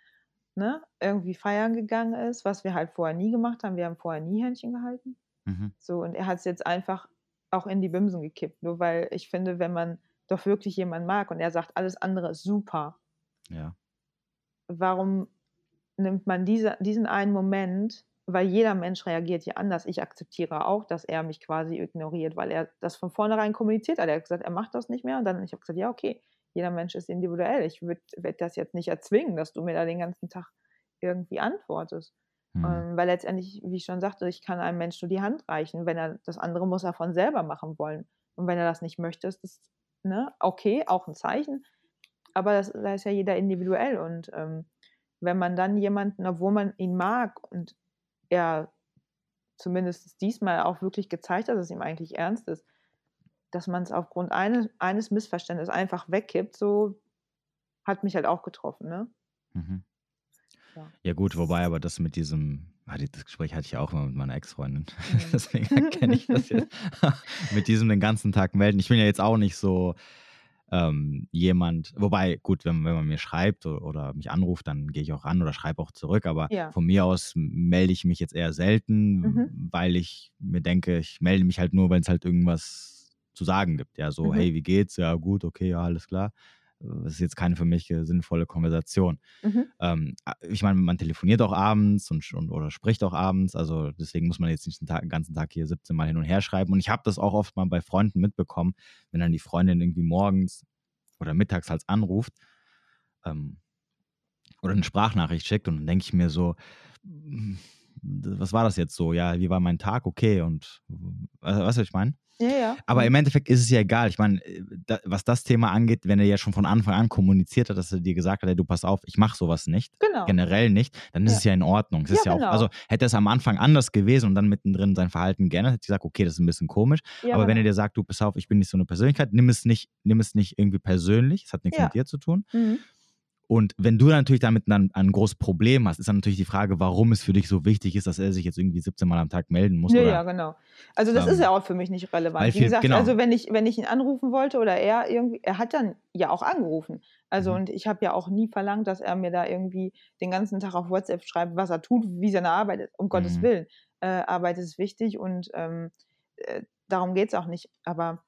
ne, irgendwie feiern gegangen ist, was wir halt vorher nie gemacht haben. Wir haben vorher nie Händchen gehalten. Mhm. So, und er hat's jetzt einfach auch in die Bimsen gekippt, nur weil ich finde, wenn man doch wirklich jemanden mag und er sagt: „Alles andere ist super“, Ja. warum nimmt man diesen einen Moment weil jeder Mensch reagiert ja anders. Ich akzeptiere auch, dass er mich quasi ignoriert, weil er das von vornherein kommuniziert hat. Er hat gesagt, er macht das nicht mehr und dann ich habe gesagt, ja, okay, jeder Mensch ist individuell. Ich würde das jetzt nicht erzwingen, dass du mir da den ganzen Tag irgendwie antwortest. Weil letztendlich, wie ich schon sagte, ich kann einem Menschen nur die Hand reichen. Wenn er das andere muss er von selber machen wollen. Und wenn er das nicht möchte, ist das, ne, okay, auch ein Zeichen. Aber da ist ja jeder individuell. Und wenn man dann jemanden, obwohl man ihn mag und er zumindest diesmal auch wirklich gezeigt hat, dass es ihm eigentlich ernst ist, dass man es aufgrund eines Missverständnisses einfach wegkippt, so hat mich halt auch getroffen, ne? Mhm. Ja. Ja gut, wobei aber das mit diesem, das Gespräch hatte ich ja auch immer mit meiner Ex-Freundin, deswegen kenne ich das jetzt, mit diesem den ganzen Tag melden. Ich bin ja jetzt auch nicht so jemand, wobei gut, wenn man mir schreibt oder mich anruft, dann gehe ich auch ran oder schreibe auch zurück, aber Ja. von mir aus melde ich mich jetzt eher selten, weil ich mir denke, ich melde mich halt nur, wenn es halt irgendwas zu sagen gibt. Ja, so, hey, wie geht's? Ja, gut, okay, ja, alles klar. Das ist jetzt keine für mich sinnvolle Konversation. Ich meine, man telefoniert auch abends oder spricht auch abends, also deswegen muss man jetzt nicht den ganzen Tag hier 17 Mal hin und her schreiben. Und ich habe das auch oft mal bei Freunden mitbekommen, wenn dann die Freundin irgendwie morgens oder mittags halt anruft oder eine Sprachnachricht schickt und dann denke ich mir so, was war das jetzt so? Ja, wie war mein Tag? Okay, und weißt du, was ich meine? Ja, ja. Aber im Endeffekt ist es ja egal. Ich meine, was das Thema angeht, wenn er ja schon von Anfang an kommuniziert hat, dass er dir gesagt hat, hey, du pass auf, ich mache sowas nicht, Genau. generell nicht, dann ist es ja in Ordnung. Es ist ja auch, genau. also hätte es am Anfang anders gewesen und dann mittendrin sein Verhalten geändert, hätte ich gesagt, okay, das ist ein bisschen komisch. Ja, aber wenn genau. er dir sagt, du pass auf, ich bin nicht so eine Persönlichkeit, nimm es nicht irgendwie persönlich, es hat nichts mit dir zu tun. Und wenn du natürlich damit dann ein großes Problem hast, ist dann natürlich die Frage, warum es für dich so wichtig ist, dass er sich jetzt irgendwie 17 Mal am Tag melden muss. Ja, oder, ja, genau. Also das ist ja auch für mich nicht relevant. Wie gesagt, genau. also wenn ich ihn anrufen wollte oder er hat dann ja auch angerufen. Also und ich habe ja auch nie verlangt, dass er mir da irgendwie den ganzen Tag auf WhatsApp schreibt, was er tut, wie seine Arbeit ist. Um Gottes Willen. Arbeit ist wichtig und darum geht es auch nicht. Aber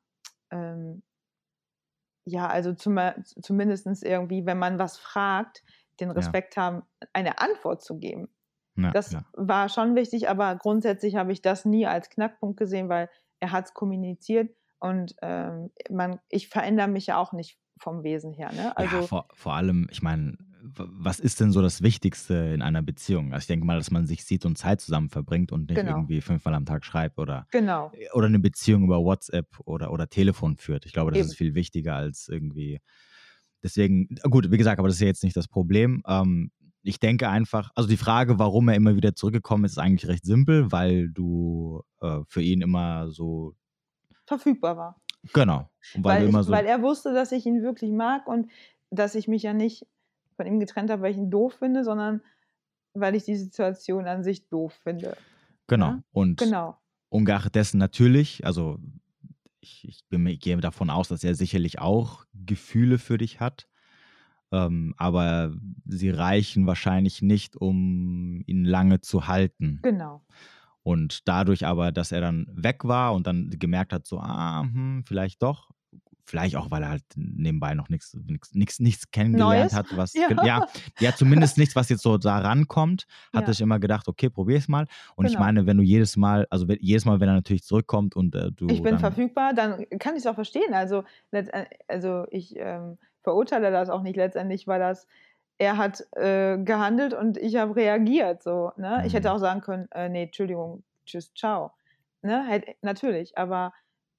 ja, also zumindest irgendwie, wenn man was fragt, den Respekt haben, eine Antwort zu geben. Ja, das war schon wichtig, aber grundsätzlich habe ich das nie als Knackpunkt gesehen, weil er hat es kommuniziert und ich verändere mich ja auch nicht vom Wesen her. Ne? Also, ja, vor allem, ich meine, was ist denn so das Wichtigste in einer Beziehung? Also ich denke mal, dass man sich sieht und Zeit zusammen verbringt und nicht irgendwie 5-mal am Tag schreibt oder eine Beziehung über WhatsApp oder Telefon führt. Ich glaube, das ist viel wichtiger als irgendwie. Deswegen, gut, wie gesagt, aber das ist ja jetzt nicht das Problem. Ich denke einfach, also die Frage, warum er immer wieder zurückgekommen ist, ist eigentlich recht simpel, weil du für ihn immer so verfügbar war. Genau. Und weil er wusste, dass ich ihn wirklich mag und dass ich mich ja nicht von ihm getrennt habe, weil ich ihn doof finde, sondern weil ich die Situation an sich doof finde. Genau. Ja? Und ungeachtet dessen natürlich, also ich gehe davon aus, dass er sicherlich auch Gefühle für dich hat, aber sie reichen wahrscheinlich nicht, um ihn lange zu halten. Genau. Und dadurch aber, dass er dann weg war und dann gemerkt hat, so, vielleicht doch, vielleicht auch, weil er halt nebenbei noch nichts kennengelernt hat, was ja, zumindest nichts, was jetzt so da rankommt, hatte ich immer gedacht, okay, probier's mal. Und ich meine, wenn du jedes Mal, wenn er natürlich zurückkommt und du ich bin verfügbar, dann kann ich es auch verstehen. Also ich verurteile das auch nicht. Letztendlich war das, er hat gehandelt und ich habe reagiert. So, ne? Ich hätte auch sagen können, nee, Entschuldigung, tschüss, ciao. Ne? Natürlich, aber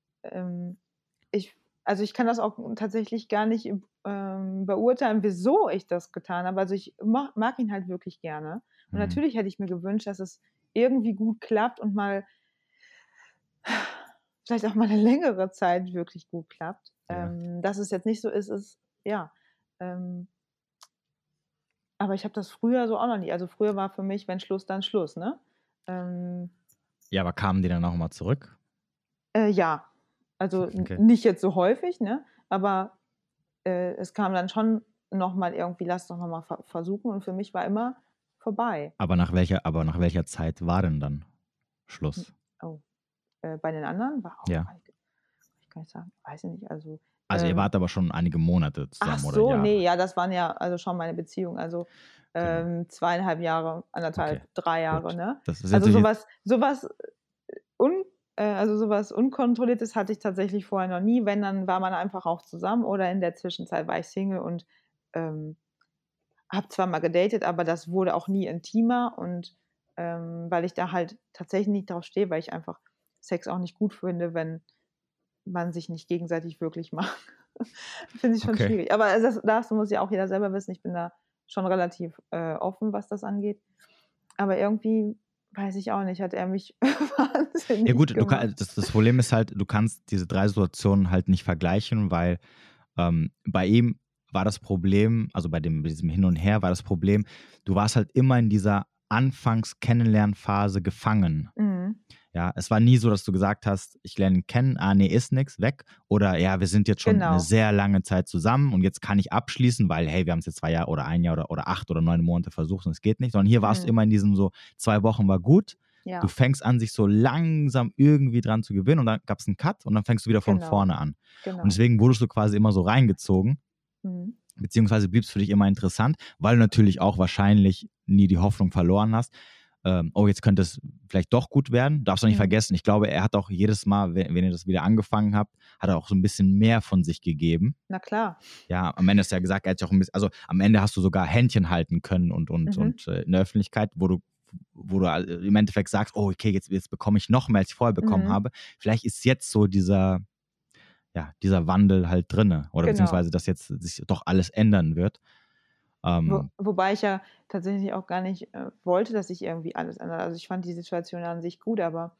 ich kann das auch tatsächlich gar nicht beurteilen, wieso ich das getan habe. Also ich mag ihn halt wirklich gerne. Und natürlich hätte ich mir gewünscht, dass es irgendwie gut klappt und mal vielleicht auch mal eine längere Zeit wirklich gut klappt. Dass es jetzt nicht so ist ja. Aber ich habe das früher so auch noch nie. Also früher war für mich, wenn Schluss, dann Schluss, ne? Ja, aber kamen die dann auch mal zurück? Ja. Also nicht jetzt so häufig, ne? Aber es kam dann schon nochmal irgendwie, lass doch nochmal versuchen. Und für mich war immer vorbei. Aber nach welcher Zeit war denn dann Schluss? Oh. Bei den anderen war auch. Ja. kann ich sagen? Weiß ich nicht. Also, Also ihr wart aber schon einige Monate ach zusammen oder so, ne, Jahre? ja, das waren ja also schon meine Beziehungen, also, Genau. 2,5 Jahre, Okay, 1,5, 3 Jahre, gut. ne? Das ist Also natürlich sowas un also sowas Unkontrolliertes hatte ich tatsächlich vorher noch nie. Wenn, dann war man einfach auch zusammen oder in der Zwischenzeit war ich Single und, ähm, habe zwar mal gedatet, aber das wurde auch nie intimer und, weil ich da halt tatsächlich nicht drauf stehe, weil ich einfach Sex auch nicht gut finde, wenn man sich nicht gegenseitig wirklich mag. Finde ich schon okay. schwierig. Aber das muss ja auch jeder selber wissen. Ich bin da schon relativ, offen, was das angeht. Aber irgendwie, weiß ich auch nicht, hat er mich Ja wahnsinnig gut, gemacht. das Problem ist halt, du kannst diese 3 Situationen halt nicht vergleichen, weil, bei ihm war das Problem, also bei diesem Hin und Her war das Problem, du warst halt immer in dieser Anfangs-Kennenlernphase gefangen. Mhm, Ja, es war nie so, dass du gesagt hast: „Ich lerne ihn kennen, ah ne, ist nix, weg.“ Oder: „Ja, wir sind jetzt schon eine genau, sehr lange Zeit zusammen und jetzt kann ich abschließen, weil, hey, wir haben es jetzt 2 Jahre oder 1 Jahr oder 8 oder 9 Monate versucht und es geht nicht.“ Sondern hier warst du mhm, immer in diesem so, 2 Wochen war gut. Du ja, fängst an, sich so langsam irgendwie dran zu gewöhnen und dann gab's 'n Cut und dann fängst du wieder von genau, vorne an. Und genau. deswegen wurdest du quasi immer so reingezogen, Mhm, beziehungsweise blieb's für dich immer interessant, weil du natürlich auch wahrscheinlich nie die Hoffnung verloren hast, oh, jetzt könnte es vielleicht doch gut werden. Darfst du nicht mhm. vergessen, ich glaube, er hat auch jedes Mal, wenn ihr das wieder angefangen habt, hat er auch so ein bisschen mehr von sich gegeben. Na klar. Ja, am Ende hast du ja gesagt, er hat sich auch ein bisschen, also am Ende hast du sogar Händchen halten können Mhm, in der Öffentlichkeit, wo du im Endeffekt sagst, oh, okay, jetzt bekomme ich noch mehr, als ich vorher bekommen mhm, habe. Vielleicht ist jetzt so dieser Wandel halt drinne oder genau. beziehungsweise, dass jetzt sich doch alles ändern wird. Wobei ich ja tatsächlich auch gar nicht, wollte, dass sich irgendwie alles ändert. Also, ich fand die Situation an sich gut, aber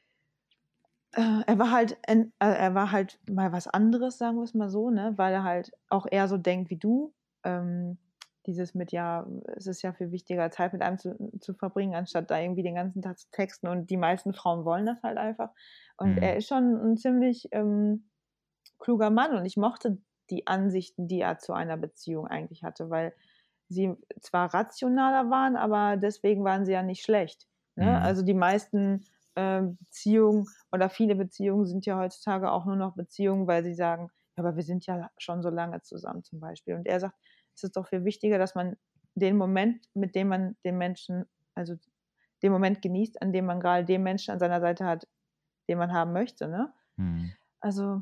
er war halt mal was anderes, sagen wir es mal so, ne, weil er halt auch eher so denkt wie du. Ähm, dieses mit: „Ja, es ist ja viel wichtiger, Zeit mit einem zu verbringen, anstatt da irgendwie den ganzen Tag zu texten." Und die meisten Frauen wollen das halt einfach. Und er Mhm. ist schon 'n ziemlich, kluger Mann und ich mochte die Ansichten, die er zu einer Beziehung eigentlich hatte, weil sie zwar rationaler waren, aber deswegen waren sie ja nicht schlecht, ne? Mhm. Also, die meisten, Beziehungen oder viele Beziehungen sind ja heutzutage auch nur noch Beziehungen, weil sie sagen: „Ja, aber wir sind ja schon so lange zusammen", zum Beispiel. Und er sagt: „Es ist doch viel wichtiger, dass man den Moment, mit dem man den Menschen also, den Moment genießt, an dem man grade den Menschen an seiner Seite hat, den man haben möchte", ne? Mhm. Also,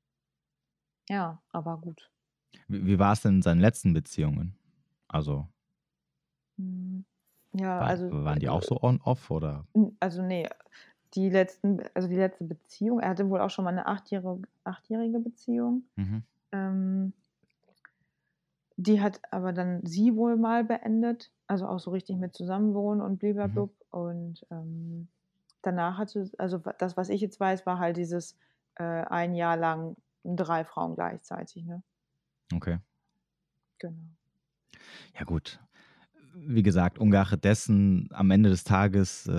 ja, aber gut. Wie war es denn in seinen letzten Beziehungen? Also, Mhm. Ja, war also, waren die auch so on-off oder? also, ne, die letzte Beziehung, er hatte wohl auch schon mal 'ne achtjährige Beziehung. Mhm. Ähm, Die hat aber dann sie wohl mal beendet, also auch so richtig mit Zusammenwohnen und Mhm. bliblablub. Und, danach hatte also das, was ich jetzt weiß, war halt dieses, 1 Jahr lang 3 Frauen gleichzeitig, ne? Okay. Genau. Ja gut. Wie gesagt, ungeachtet dessen, am Ende des Tages,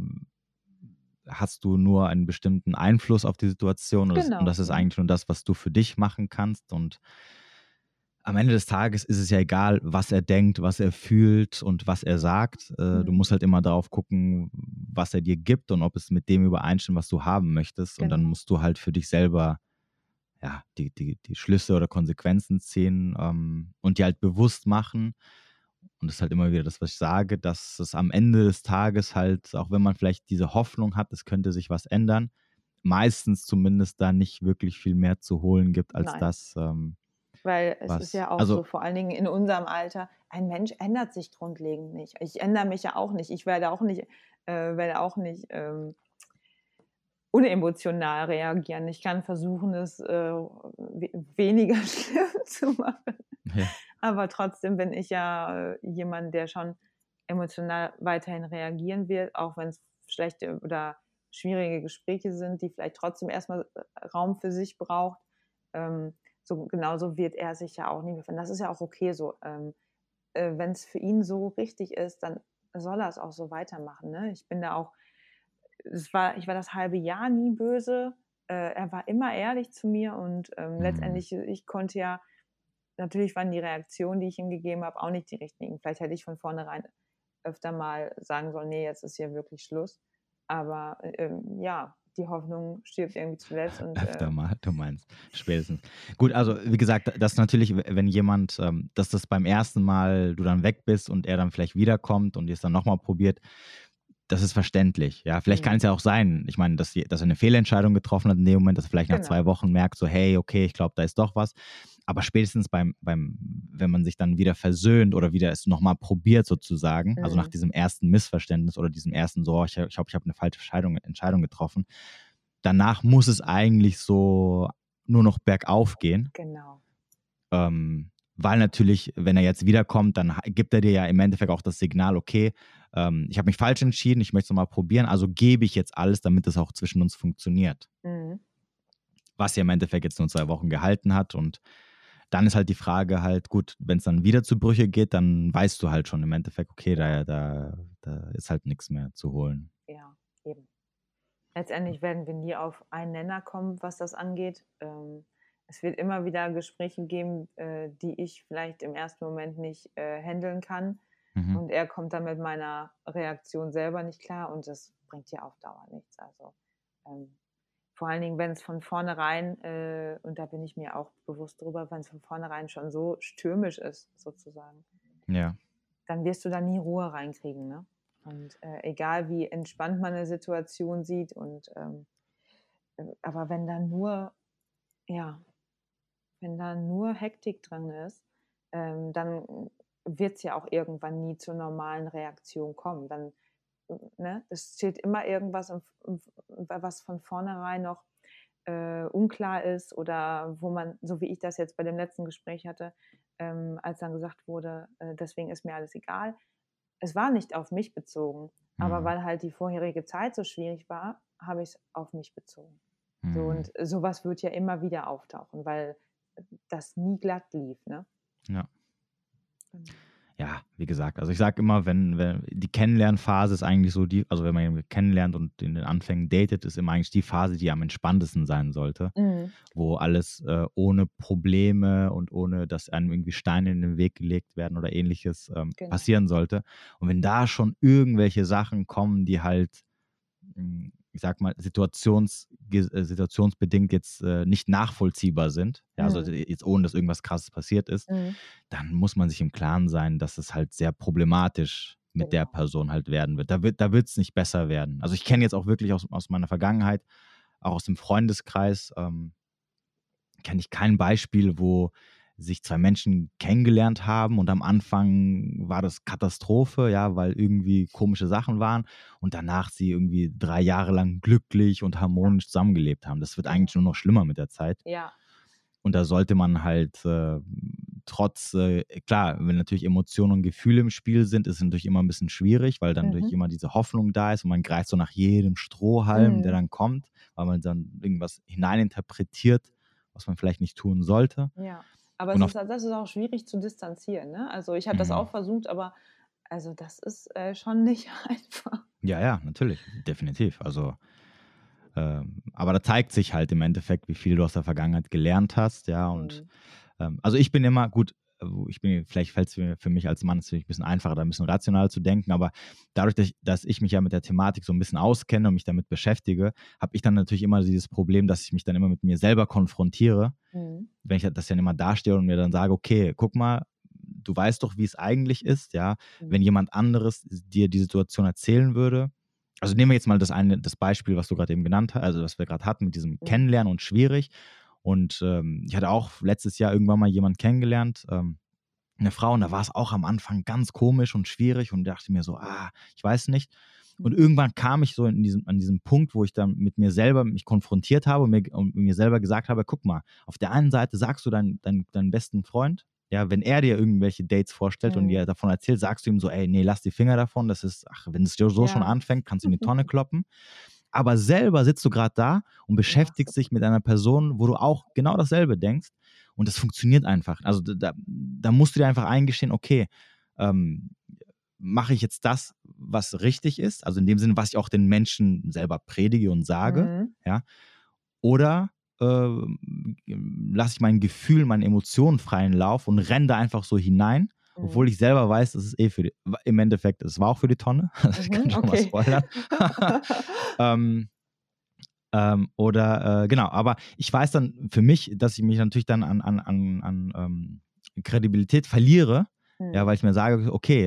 hast du nur einen bestimmten Einfluss auf die Situation und Genau, das ist mhm. eigentlich nur das, was du für dich machen kannst und am Ende des Tages ist es ja egal, was er denkt, was er fühlt und was er sagt. Du Mhm. musst halt immer darauf gucken, was er dir gibt und ob es mit dem übereinstimmt, was du haben möchtest und dann Genau. musst du halt für dich selber ja, die Schlüsse oder Konsequenzen ziehen, und die halt bewusst machen. Und das ist halt immer wieder das, was ich sage, dass es am Ende des Tages halt, auch wenn man vielleicht diese Hoffnung hat, es könnte sich was ändern, meistens zumindest da nicht wirklich viel mehr zu holen gibt als Nein. das, Weil es ist was ja auch also so, vor allen Dingen in unserem Alter, ein Mensch ändert sich grundlegend nicht. Ich ändere mich ja auch nicht. Ich werde auch nicht, unemotional reagieren. Ich kann versuchen, es, weniger schlimm zu machen. ja, Aber trotzdem bin ich ja, jemand, der schon emotional weiterhin reagieren wird, auch wenn es schlechte oder schwierige Gespräche sind, die vielleicht trotzdem erstmal Raum für sich braucht. So genauso wird er sich ja auch nicht mehr verändern. Das ist ja auch okay so. Wenn es für ihn so richtig ist, dann soll er es auch so weitermachen, ne? Ich bin da auch ich war das halbe Jahr nie böse. Er war immer ehrlich zu mir und, mhm, letztendlich ich konnte ja natürlich waren die Reaktionen, die ich ihm gegeben habe, auch nicht die richtigen. Vielleicht hätte ich von vornherein öfter mal sagen sollen: „Ne, jetzt ist hier wirklich Schluss." Aber, ja, die Hoffnung stirbt irgendwie zuletzt. Und, Öfter mal, du meinst, spätestens. Gut, also wie gesagt, das natürlich, wenn jemand, dass das beim ersten Mal du dann weg bist und er dann vielleicht wiederkommt und ihr es dann nochmal probiert, das ist verständlich. Ja, vielleicht kann es ja auch sein, ich meine, dass er eine Fehlentscheidung getroffen hat in dem Moment, dass er vielleicht nach 2 Genau. Wochen merkt, so, hey, okay, ich glaube, da ist doch was. Aber spätestens wenn man sich dann wieder versöhnt oder wieder es nochmal probiert sozusagen, also nach diesem ersten Missverständnis oder diesem ersten so, ich glaube, ich habe eine falsche Entscheidung getroffen, danach muss es eigentlich so nur noch bergauf gehen. Genau. Weil natürlich, wenn er jetzt wiederkommt, dann gibt er dir ja im Endeffekt auch das Signal, okay, ich habe mich falsch entschieden, ich möchte es nochmal probieren, also gebe ich jetzt alles, damit es auch zwischen uns funktioniert. Was ja im Endeffekt jetzt nur 2 Wochen gehalten hat, und dann ist halt die Frage halt, gut, wenn es dann wieder zu Brüche geht, dann weißt du halt schon im Endeffekt, okay, da ist halt nichts mehr zu holen. Ja, eben. Letztendlich werden wir nie auf einen Nenner kommen, was das angeht. Es wird immer wieder Gespräche geben, die ich vielleicht im ersten Moment nicht handeln kann. Und er kommt dann mit meiner Reaktion selber nicht klar, und das bringt ja auf Dauer nichts. Also vor allen Dingen, wenn es von vornherein, und da bin ich mir auch bewusst drüber, wenn es von vornherein schon so stürmisch ist, sozusagen, Ja. dann wirst du da nie Ruhe reinkriegen, ne? Und egal wie entspannt man eine Situation sieht, und aber wenn da nur Hektik drin ist, dann wird es ja auch irgendwann nie zur normalen Reaktion kommen. Dann, ne, es steht immer irgendwas, was von vornherein noch unklar ist, oder wo man, so wie ich das jetzt bei dem letzten Gespräch hatte, als dann gesagt wurde, deswegen ist mir alles egal. Es war nicht auf mich bezogen, aber weil halt die vorherige Zeit so schwierig war, habe ich es auf mich bezogen. So, und sowas wird ja immer wieder auftauchen, weil das nie glatt lief, ne? Ja. Ja, wie gesagt, also ich sage immer, wenn die Kennenlernphase ist eigentlich so die, also wenn man jemanden kennenlernt und in den Anfängen datet, ist immer eigentlich die Phase, die am entspanntesten sein sollte, wo alles ohne Probleme und ohne, dass einem irgendwie Steine in den Weg gelegt werden oder ähnliches passieren sollte. Und wenn da schon irgendwelche Sachen kommen, die halt, ich sag mal, situationsbedingt jetzt nicht nachvollziehbar sind, ja, also jetzt ohne, dass irgendwas Krasses passiert ist, dann muss man sich im Klaren sein, dass es halt sehr problematisch mit der Person halt werden wird. Da wird es nicht besser werden. Also ich kenne jetzt auch wirklich aus meiner Vergangenheit, auch aus dem Freundeskreis, kenne ich kein Beispiel, wo sich 2 Menschen kennengelernt haben und am Anfang war das Katastrophe, ja, weil irgendwie komische Sachen waren, und danach sie irgendwie 3 Jahre lang glücklich und harmonisch zusammengelebt haben. Das wird eigentlich nur noch schlimmer mit der Zeit. Ja. Und da sollte man halt klar, wenn natürlich Emotionen und Gefühle im Spiel sind, ist es natürlich immer ein bisschen schwierig, weil dann natürlich immer diese Hoffnung da ist und man greift so nach jedem Strohhalm, der dann kommt, weil man dann irgendwas hineininterpretiert, was man vielleicht nicht tun sollte. Ja, aber das ist auch schwierig zu distanzieren, ne? Also ich habe das auch versucht, aber also das ist schon nicht einfach. Ja, natürlich, definitiv. Also aber da zeigt sich halt im Endeffekt, wie viel du aus der Vergangenheit gelernt hast, ja, und also ich bin immer, gut, vielleicht fällt es für mich als Mann natürlich ein bisschen einfacher, da ein bisschen rational zu denken, aber dadurch, dass ich mich ja mit der Thematik so ein bisschen auskenne und mich damit beschäftige, habe ich dann natürlich immer dieses Problem, dass ich mich dann immer mit mir selber konfrontiere, wenn ich das dann immer dastehe und mir dann sage, okay, guck mal, du weißt doch, wie es eigentlich ist, ja, wenn jemand anderes dir die Situation erzählen würde. Also nehmen wir jetzt mal das Beispiel, was du gerade eben genannt hast, also was wir gerade hatten mit diesem Kennenlernen und schwierig. Und ich hatte auch letztes Jahr irgendwann mal jemanden kennengelernt, eine Frau, und da war es auch am Anfang ganz komisch und schwierig und dachte mir so, ich weiß nicht. Und irgendwann kam ich so an diesem Punkt, wo ich dann mit mir selber mich konfrontiert habe und mir selber gesagt habe, guck mal, auf der einen Seite sagst du deinen besten Freund, ja, wenn er dir irgendwelche Dates vorstellt und dir davon erzählt, sagst du ihm so, ey, nee, lass die Finger davon, das ist, wenn es so schon anfängt, kannst du in die Tonne kloppen. Aber selber sitzt du gerade da und beschäftigst dich mit einer Person, wo du auch genau dasselbe denkst, und das funktioniert einfach. Also da musst du dir einfach eingestehen, okay, mache ich jetzt das, was richtig ist, also in dem Sinne, was ich auch den Menschen selber predige und sage, ja, oder lasse ich mein Gefühl, meine Emotionen freien Lauf und renne da einfach so hinein, obwohl ich selber weiß, das ist im Endeffekt, es war auch für die Tonne, ich kann schon mal spoilern. Genau, aber ich weiß dann für mich, dass ich mich natürlich dann an Kredibilität verliere, ja, weil ich mir sage, okay,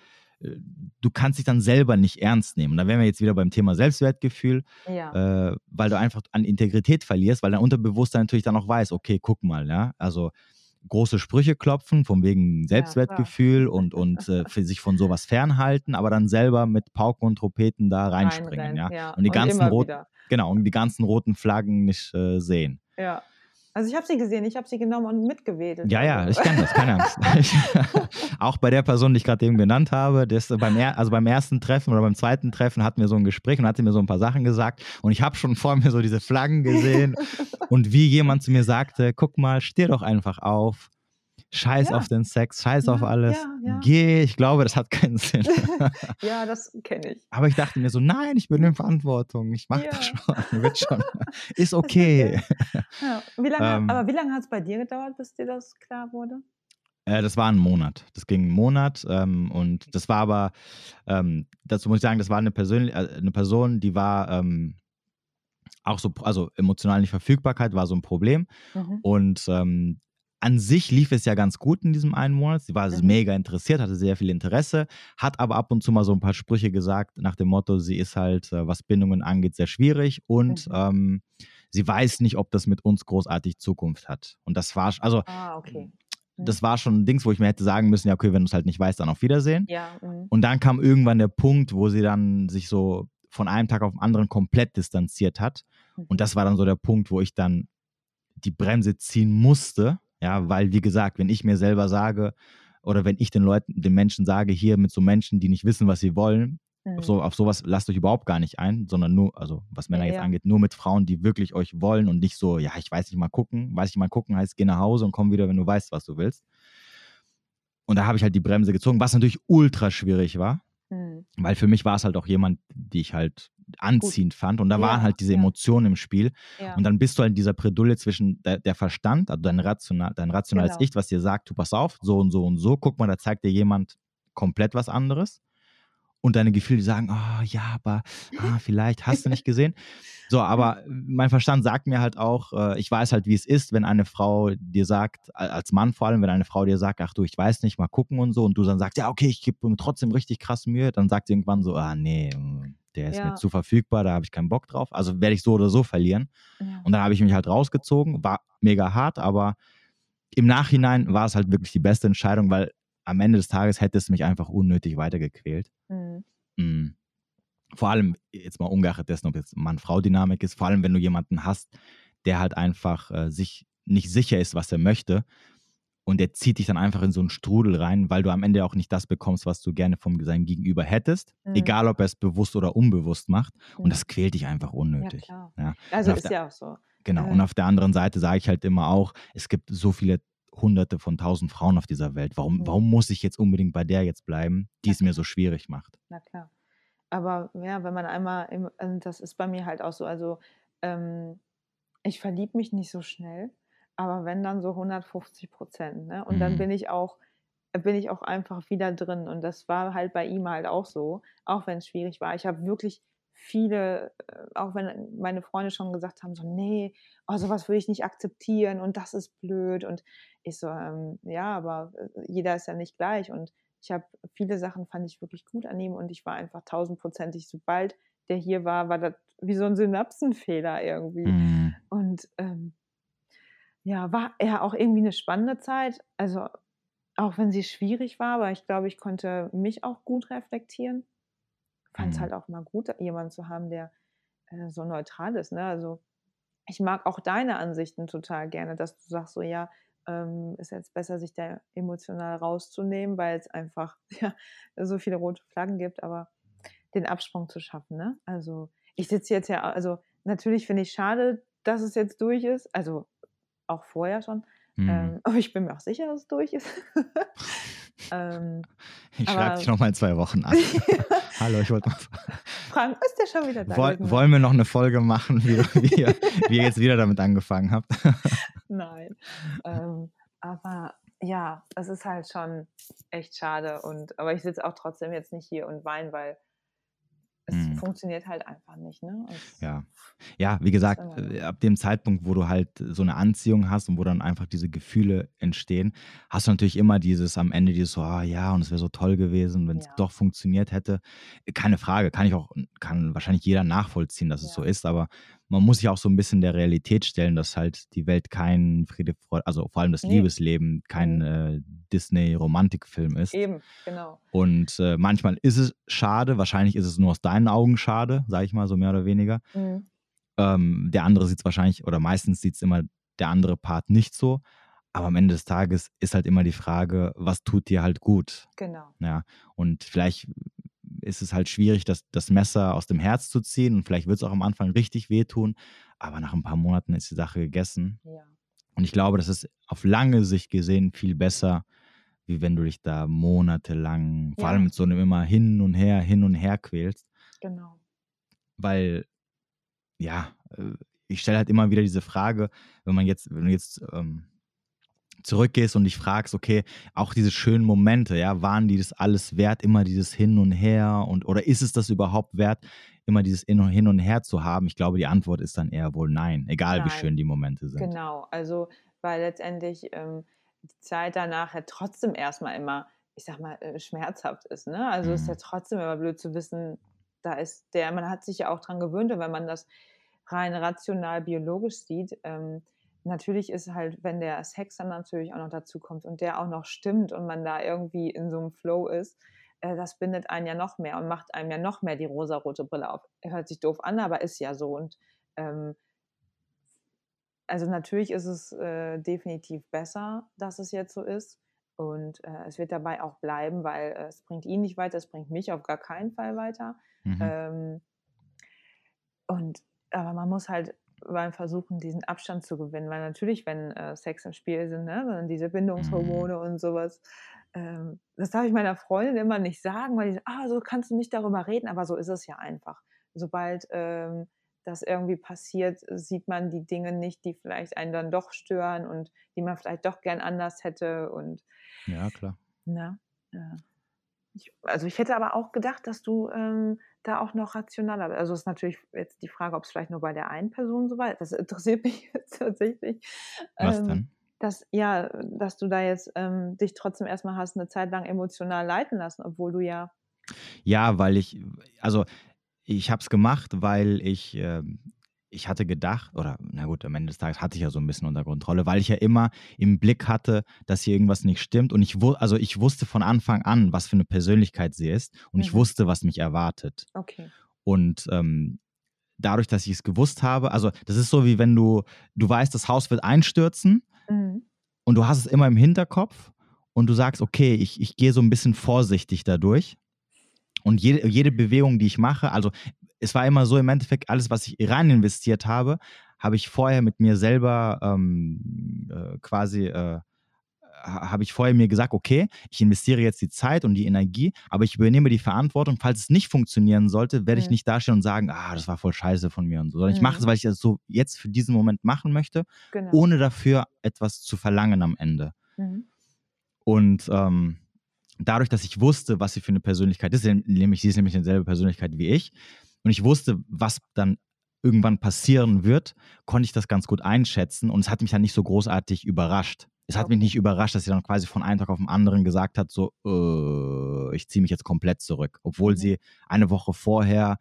du kannst dich dann selber nicht ernst nehmen. Und da wären wir jetzt wieder beim Thema Selbstwertgefühl, Ja. weil du einfach an Integrität verlierst, weil dein Unterbewusstsein natürlich dann auch weiß, okay, guck mal, ja, also große Sprüche klopfen, von wegen Ja, klar. Selbstwertgefühl und für sich von sowas fernhalten, aber dann selber mit Pauken und Trompeten da reinspringen, Reinrennen, ja. ja. Und die Und ganzen immer roten, wieder. genau, und die ganzen roten Flaggen nicht sehen. Ja. Also ich habe sie gesehen, ich habe sie genommen und mitgewedelt. Ja, ich kenne das, keine Angst. Auch bei der Person, die ich gerade eben genannt habe, beim ersten Treffen oder beim zweiten Treffen hatten wir so ein Gespräch und hat sie mir so ein paar Sachen gesagt und ich habe schon vor mir so diese Flaggen gesehen und wie jemand zu mir sagte, guck mal, steh doch einfach auf, scheiß auf den Sex, scheiß auf alles, Ja. geh, ich glaube, das hat keinen Sinn. Ja, das kenne ich. Aber ich dachte mir so, nein, ich übernehme Verantwortung, ich mache das Ja. schon, wird schon, ist okay. Ja. Wie lange hat es bei dir gedauert, bis dir das klar wurde? Das war ein Monat. Das ging einen Monat und das war aber, dazu muss ich sagen, das war eine Person, die war auch so, also emotionale Verfügbarkeit war so ein Problem. Und an sich lief es ja ganz gut in diesem einen Monat. Sie war mega interessiert, hatte sehr viel Interesse, hat aber ab und zu mal so ein paar Sprüche gesagt nach dem Motto, sie ist halt, was Bindungen angeht, sehr schwierig und sie weiß nicht, ob das mit uns großartig Zukunft hat. Und das war, also Okay. das war schon ein Ding, wo ich mir hätte sagen müssen, ja okay, wenn du es halt nicht weißt, dann auf Wiedersehen. Ja. Und dann kam irgendwann der Punkt, wo sie dann sich so von einem Tag auf den anderen komplett distanziert hat. Und das war dann so der Punkt, wo ich dann die Bremse ziehen musste, ja, weil wie gesagt, wenn ich mir selber sage oder wenn ich den Menschen sage, hier mit so Menschen, die nicht wissen, was sie wollen, auf sowas lasst euch überhaupt gar nicht ein, sondern nur, also was Männer jetzt angeht, nur mit Frauen, die wirklich euch wollen und nicht so, ja, ich weiß nicht mal gucken. Weiß ich mal gucken heißt, geh nach Hause und komm wieder, wenn du weißt, was du willst. Und da habe ich halt die Bremse gezogen, was natürlich ultra schwierig war, weil für mich war es halt auch jemand, die ich halt anziehend fand und da waren halt diese Emotionen im Spiel und dann bist du halt in dieser Bredouille zwischen der Verstand, also dein rationales Ich, was dir sagt, du pass auf, so und so und so, guck mal, da zeigt dir jemand komplett was anderes und deine Gefühle, die sagen, oh ja, aber vielleicht hast du nicht gesehen. So, aber mein Verstand sagt mir halt auch, ich weiß halt, wie es ist, wenn eine Frau dir sagt, als Mann vor allem, wenn eine Frau dir sagt, ach du, ich weiß nicht, mal gucken und so und du dann sagst, ja okay, ich gebe mir trotzdem richtig krass Mühe, dann sagt sie irgendwann so, nee, der ist mir zu verfügbar, da habe ich keinen Bock drauf, also werde ich so oder so verlieren. Und dann habe ich mich halt rausgezogen, war mega hart, aber im Nachhinein war es halt wirklich die beste Entscheidung, weil am Ende des Tages hätte es mich einfach unnötig weitergequält. Vor allem, jetzt mal ungeachtet dessen, ob jetzt Mann-Frau-Dynamik ist, vor allem, wenn du jemanden hast, der halt einfach sich nicht sicher ist, was er möchte und der zieht dich dann einfach in so einen Strudel rein, weil du am Ende auch nicht das bekommst, was du gerne von seinem Gegenüber hättest, egal ob er es bewusst oder unbewusst macht und das quält dich einfach unnötig. Ja, klar. Ja. Also ist ja auch so. Genau, und auf der anderen Seite sage ich halt immer auch, es gibt so viele Hunderte von 1000 Frauen auf dieser Welt. Warum muss ich jetzt unbedingt bei der jetzt bleiben, die es mir so schwierig macht? Na klar. Aber ja, wenn man einmal, das ist bei mir halt auch so, also ich verliebe mich nicht so schnell, aber wenn dann so 150%, ne? Und dann bin ich auch einfach wieder drin. Und das war halt bei ihm halt auch so, auch wenn es schwierig war. Ich habe wirklich viele, auch wenn meine Freunde schon gesagt haben, so, nee, sowas würde ich nicht akzeptieren und das ist blöd. Und ich so, ja, aber jeder ist ja nicht gleich. Und ich habe viele Sachen fand ich wirklich gut an ihm und ich war einfach 1000%ig, sobald der hier war das wie so ein Synapsenfehler irgendwie. Und ja, war ja auch irgendwie eine spannende Zeit. Also auch wenn sie schwierig war, aber ich glaube, ich konnte mich auch gut reflektieren. Fand es halt auch mal gut, jemanden zu haben, der so neutral ist. Ne? Also ich mag auch deine Ansichten total gerne, dass du sagst so, ja, ist jetzt besser, sich da emotional rauszunehmen, weil es einfach ja, so viele rote Flaggen gibt, aber den Absprung zu schaffen. Ne? Also ich sitze jetzt ja, also natürlich finde ich schade, dass es jetzt durch ist, also auch vorher schon, aber ich bin mir auch sicher, dass es durch ist. Ich schreibe dich nochmal in 2 Wochen an. Hallo, ich wollte mal Frank, ist der schon wieder da? Wollen wir noch eine Folge machen, wie ihr jetzt wieder damit angefangen habt? Nein. Aber ja, es ist halt schon echt schade. Aber ich sitze auch trotzdem jetzt nicht hier und weine, weil es funktioniert halt einfach nicht, ne? Ja, wie gesagt, ab dem Zeitpunkt, wo du halt so eine Anziehung hast und wo dann einfach diese Gefühle entstehen, hast du natürlich immer am Ende dieses so: „Ah ja, und es wäre so toll gewesen, wenn es Ja. doch funktioniert hätte.“ Keine Frage, kann wahrscheinlich jeder nachvollziehen, dass es so Ja. ist, aber man muss sich auch so ein bisschen der Realität stellen, dass halt die Welt kein also vor allem das Ne. Liebesleben kein, Disney-Romantikfilm ist. Eben, genau. Und, manchmal ist es schade, wahrscheinlich ist es nur aus deinen Augen schade, sage ich mal, so mehr oder weniger. Mhm. Der andere sieht es wahrscheinlich oder meistens sieht es immer der andere Part nicht so. Aber am Ende des Tages ist halt immer die Frage, was tut dir halt gut? Genau. Ja, und vielleicht ist es halt schwierig, das Messer aus dem Herz zu ziehen und vielleicht wird es auch am Anfang richtig wehtun, aber nach ein paar Monaten ist die Sache gegessen. Ja. Und ich glaube, das ist auf lange Sicht gesehen viel besser, wie wenn du dich da monatelang, vor allem Ja. mit so einem immer hin und her quälst, Genau. weil ja, ich stelle halt immer wieder diese Frage, wenn du jetzt zurückgehst und dich fragst, okay, auch diese schönen Momente, ja, waren die das alles wert, immer dieses Hin und Her oder ist es das überhaupt wert, immer dieses Hin und Her zu haben? Ich glaube, die Antwort ist dann eher wohl nein, egal wie schön Nein, die Momente sind. genau. Also, weil letztendlich, die Zeit danach ja trotzdem erstmal immer, ich sage mal, schmerzhaft ist, ne? Also, ist ja Mhm. trotzdem immer blöd zu wissen, man hat sich ja auch dran gewöhnt, und wenn man das rein rational biologisch sieht, natürlich ist halt, wenn der Sex dann natürlich auch noch dazu kommt und der auch noch stimmt und man da irgendwie in so einem Flow ist, das bindet einen ja noch mehr und macht einem ja noch mehr die rosarote Brille auf. Hört sich doof an, aber ist ja so, und, ähm, also natürlich ist es, definitiv besser, dass es jetzt so ist, und, es wird dabei auch bleiben, weil, es bringt ihn nicht weiter, es bringt mich auf gar keinen Fall weiter. Mhm. Ähm, aber man muss halt mal versuchen, diesen Abstand zu gewinnen, weil natürlich, wenn, Sex im Spiel sind, ne, dann diese Mhm. Bindungshormone und sowas, das darf ich meiner Freundin immer nicht sagen, weil die sagt: so kannst du nicht darüber reden“, aber so ist es ja einfach. Sobald, das irgendwie passiert, sieht man die Dinge nicht, die vielleicht einen dann doch stören und die man vielleicht doch gern anders hätte, und, Ja, klar. ne, ich hätte aber auch gedacht, dass du, da auch noch rationaler bist. Also, ist natürlich jetzt die Frage, ob es vielleicht nur bei der einen Person so war. Das interessiert mich jetzt tatsächlich, Was ähm, denn? dass du da jetzt, dich trotzdem erstmal hast eine Zeit lang emotional leiten lassen, obwohl du ja Ja, also ich habe es gemacht, weil ich hatte gedacht oder na gut, am Ende des Tages hatte ich ja so ein bisschen unter Kontrolle, weil ich ja immer im Blick hatte, dass hier irgendwas nicht stimmt und ich wusste von Anfang an, was für eine Persönlichkeit sie ist und ich mhm, wusste, was mich erwartet. okay. Und, dadurch, dass ich es gewusst habe also, das ist so, wie wenn du weißt, das Haus wird einstürzen Mhm, und du hast es immer im Hinterkopf und du sagst: „Okay, ich gehe so ein bisschen vorsichtig dadurch.“ Und jede Bewegung, die ich mache also, es war immer so im Endeffekt, alles, was ich rein investiert habe ich vorher mit mir selber, quasi, habe ich vorher mir gesagt: „Okay, ich investiere jetzt die Zeit und die Energie, aber ich übernehme die Verantwortung. Falls es nicht funktionieren sollte, werde ich mhm, nicht dastehen und sagen: ‚Ah, das war voll scheiße von mir‘ und so.“ Sondern ich mache mhm, es, weil ich das so jetzt für diesen Moment machen möchte, genau. ohne dafür etwas zu verlangen am Ende. Mhm, Und, dadurch, dass ich wusste, was sie für eine Persönlichkeit ist, nämlich sie ist nämlich dieselbe Persönlichkeit wie ich und ich wusste, was dann irgendwann passieren wird, konnte ich das ganz gut einschätzen und es hat mich dann nicht so großartig überrascht. Es hat mich okay. nicht überrascht, dass sie dann quasi von einem Tag auf den anderen gesagt hat, so: Ich ziehe mich jetzt komplett zurück.“ Obwohl Mhm, sie eine Woche vorher,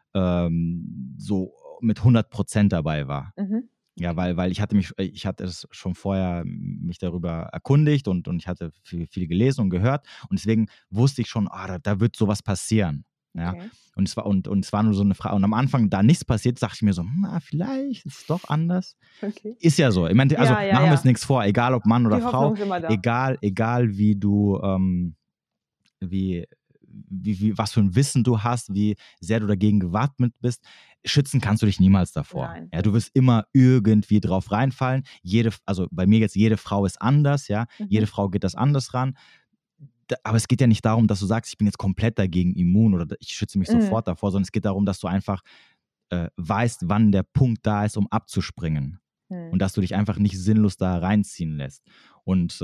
so mit 100% dabei war. mhm, Ja, okay. weil ich hatte es schon vorher mich darüber erkundigt und ich hatte viel gelesen und gehört und deswegen wusste ich schon, da wird so was passieren, ja? Okay. Und es war nur so eine Frage und am Anfang, da nichts passiert, dachte ich mir so: vielleicht ist es doch anders.“ Okay. Ist ja so. Ich meine, also, Ja, ja, machen wir uns ja. nichts vor, egal ob Mann oder Die Frau, Hoffnung ist immer da. egal wie du, wie was für ein Wissen du hast, wie sehr du dagegen gewappnet bist. Schützen kannst du dich niemals davor. Nein, Ja, du das wirst immer irgendwie drauf reinfallen. Also bei mir jetzt, jede Frau ist anders, ja. mhm, Jede Frau geht das anders ran. Aber es geht ja nicht darum, dass du sagst, ich bin jetzt komplett dagegen immun oder ich schütze mich mhm, sofort davor, sondern es geht darum, dass du einfach weißt, wann der Punkt da ist, um abzuspringen. mhm, Und dass du dich einfach nicht sinnlos da reinziehen lässt. Und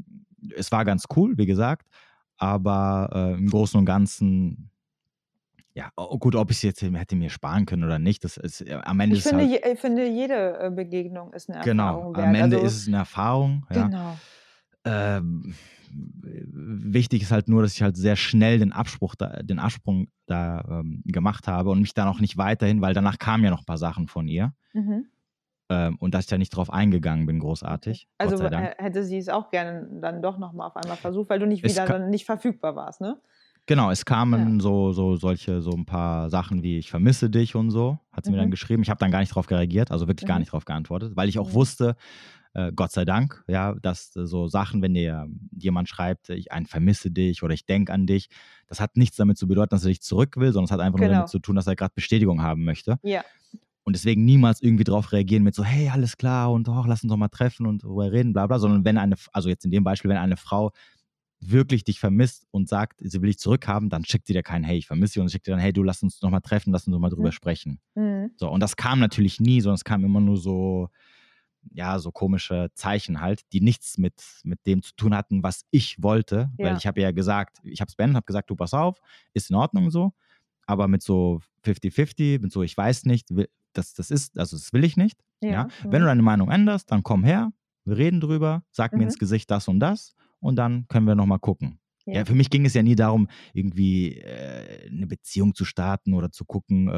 es war ganz cool, wie gesagt, aber im Großen und Ganzen ja, gut, ob ich es jetzt hätte mir sparen können oder nicht, das ist am Ende ist es halt, Ich finde, jede Begegnung ist eine genau, Erfahrung am wert. Ende Also, ist es eine Erfahrung, ja. genau. Ähm, wichtig ist halt nur, dass ich halt sehr schnell den Absprung da gemacht habe und mich dann auch nicht weiterhin, weil danach kamen ja noch ein paar Sachen von ihr. Mhm. Und dass ich da nicht drauf eingegangen bin, Okay. großartig, Gott Also, sei Dank. hätte sie es auch gerne dann doch noch mal auf einmal versucht, weil du nicht Es wieder ka dann nicht verfügbar warst, ne? Genau, es Ja. kamen so ein paar Sachen wie: „Ich vermisse dich" und so, hat sie mir dann Mhm. geschrieben. Ich habe dann gar nicht drauf reagiert, also wirklich gar Mhm. nicht drauf geantwortet, weil ich auch Mhm. wusste, Gott sei Dank, ja, dass so Sachen, wenn dir jemand schreibt, ich vermisse dich oder ich denke an dich, das hat nichts damit zu bedeuten, dass er dich zurück will, sondern es hat einfach nur damit Genau. zu tun, dass er gerade Bestätigung haben möchte. Ja. Und deswegen niemals irgendwie drauf reagieren mit so: „Hey, alles klar und oh, lass uns doch mal treffen und darüber reden, bla bla", sondern wenn also jetzt in dem Beispiel, wenn eine Frau wirklich dich vermisst und sagt, sie will dich zurückhaben, dann schickt sie dir kein „Hey, ich vermisse dich", und schickt dir dann: „Hey, du, lass uns noch mal treffen, lass uns noch mal drüber Mhm. sprechen." Mhm. So, und das kam natürlich nie, sondern es kam immer nur so, ja, so komische Zeichen halt, die nichts mit dem zu tun hatten, was ich wollte, weil Ja. ich habe ja gesagt, ich habe es beendet, habe gesagt: „Du, pass auf, ist in Ordnung so", aber mit so 50-50, mit so: „Ich weiß nicht, das will ich nicht", ja? Ja. Wenn du Mhm. deine Meinung änderst, dann komm her, wir reden drüber, sag mir ins Mhm. Gesicht das und das und dann können wir noch mal gucken. Ja, Ja. für mich ging es ja nie darum, irgendwie, 'ne Beziehung zu starten oder zu gucken,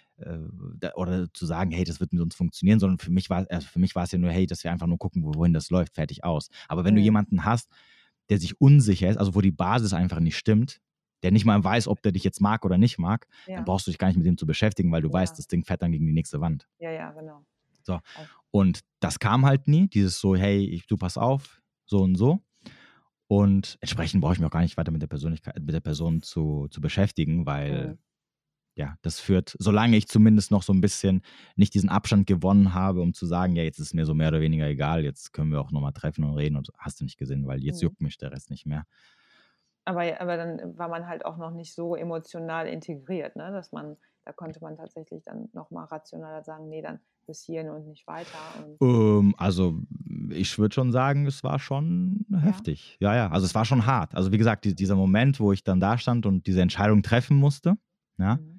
oder zu sagen: „Hey, das wird mit uns funktionieren", sondern für mich war es ja nur: „Hey, dass wir einfach nur gucken, wohin das läuft, fertig aus." Aber wenn du Mhm. jemanden hast, der sich unsicher ist, also wo die Basis einfach nicht stimmt, der nicht mal weiß, ob der dich jetzt mag oder nicht mag, dann Ja. brauchst du dich gar nicht mit dem zu beschäftigen, weil du weißt, Ja. das Ding fährt dann gegen die nächste Wand. Ja, ja, genau. So. Al Und das kam halt nie, dieses so: „Hey, du pass auf, so und so." Und entsprechend brauche ich mich auch gar nicht weiter mit der Person zu beschäftigen, weil Mhm. ja, das führt, solange ich zumindest noch so ein bisschen nicht diesen Abstand gewonnen habe, um zu sagen: „Ja, jetzt ist mir so mehr oder weniger egal, jetzt können wir auch noch mal treffen und reden und hast du nicht gesehen, weil jetzt Mhm. juckt mich der Rest nicht mehr." Aber dann war man halt auch noch nicht so emotional integriert, ne, dass man da konnte man tatsächlich dann noch mal rationaler sagen: „Ne, dann bis hierhin und nicht weiter“ und Also, ich würde schon sagen, es war schon ja. heftig. Ja, ja, also, es war schon Okay. hart. Also, wie gesagt, dieser Mhm. Moment, wo ich dann da stand und diese Entscheidung treffen musste, ja, Mhm.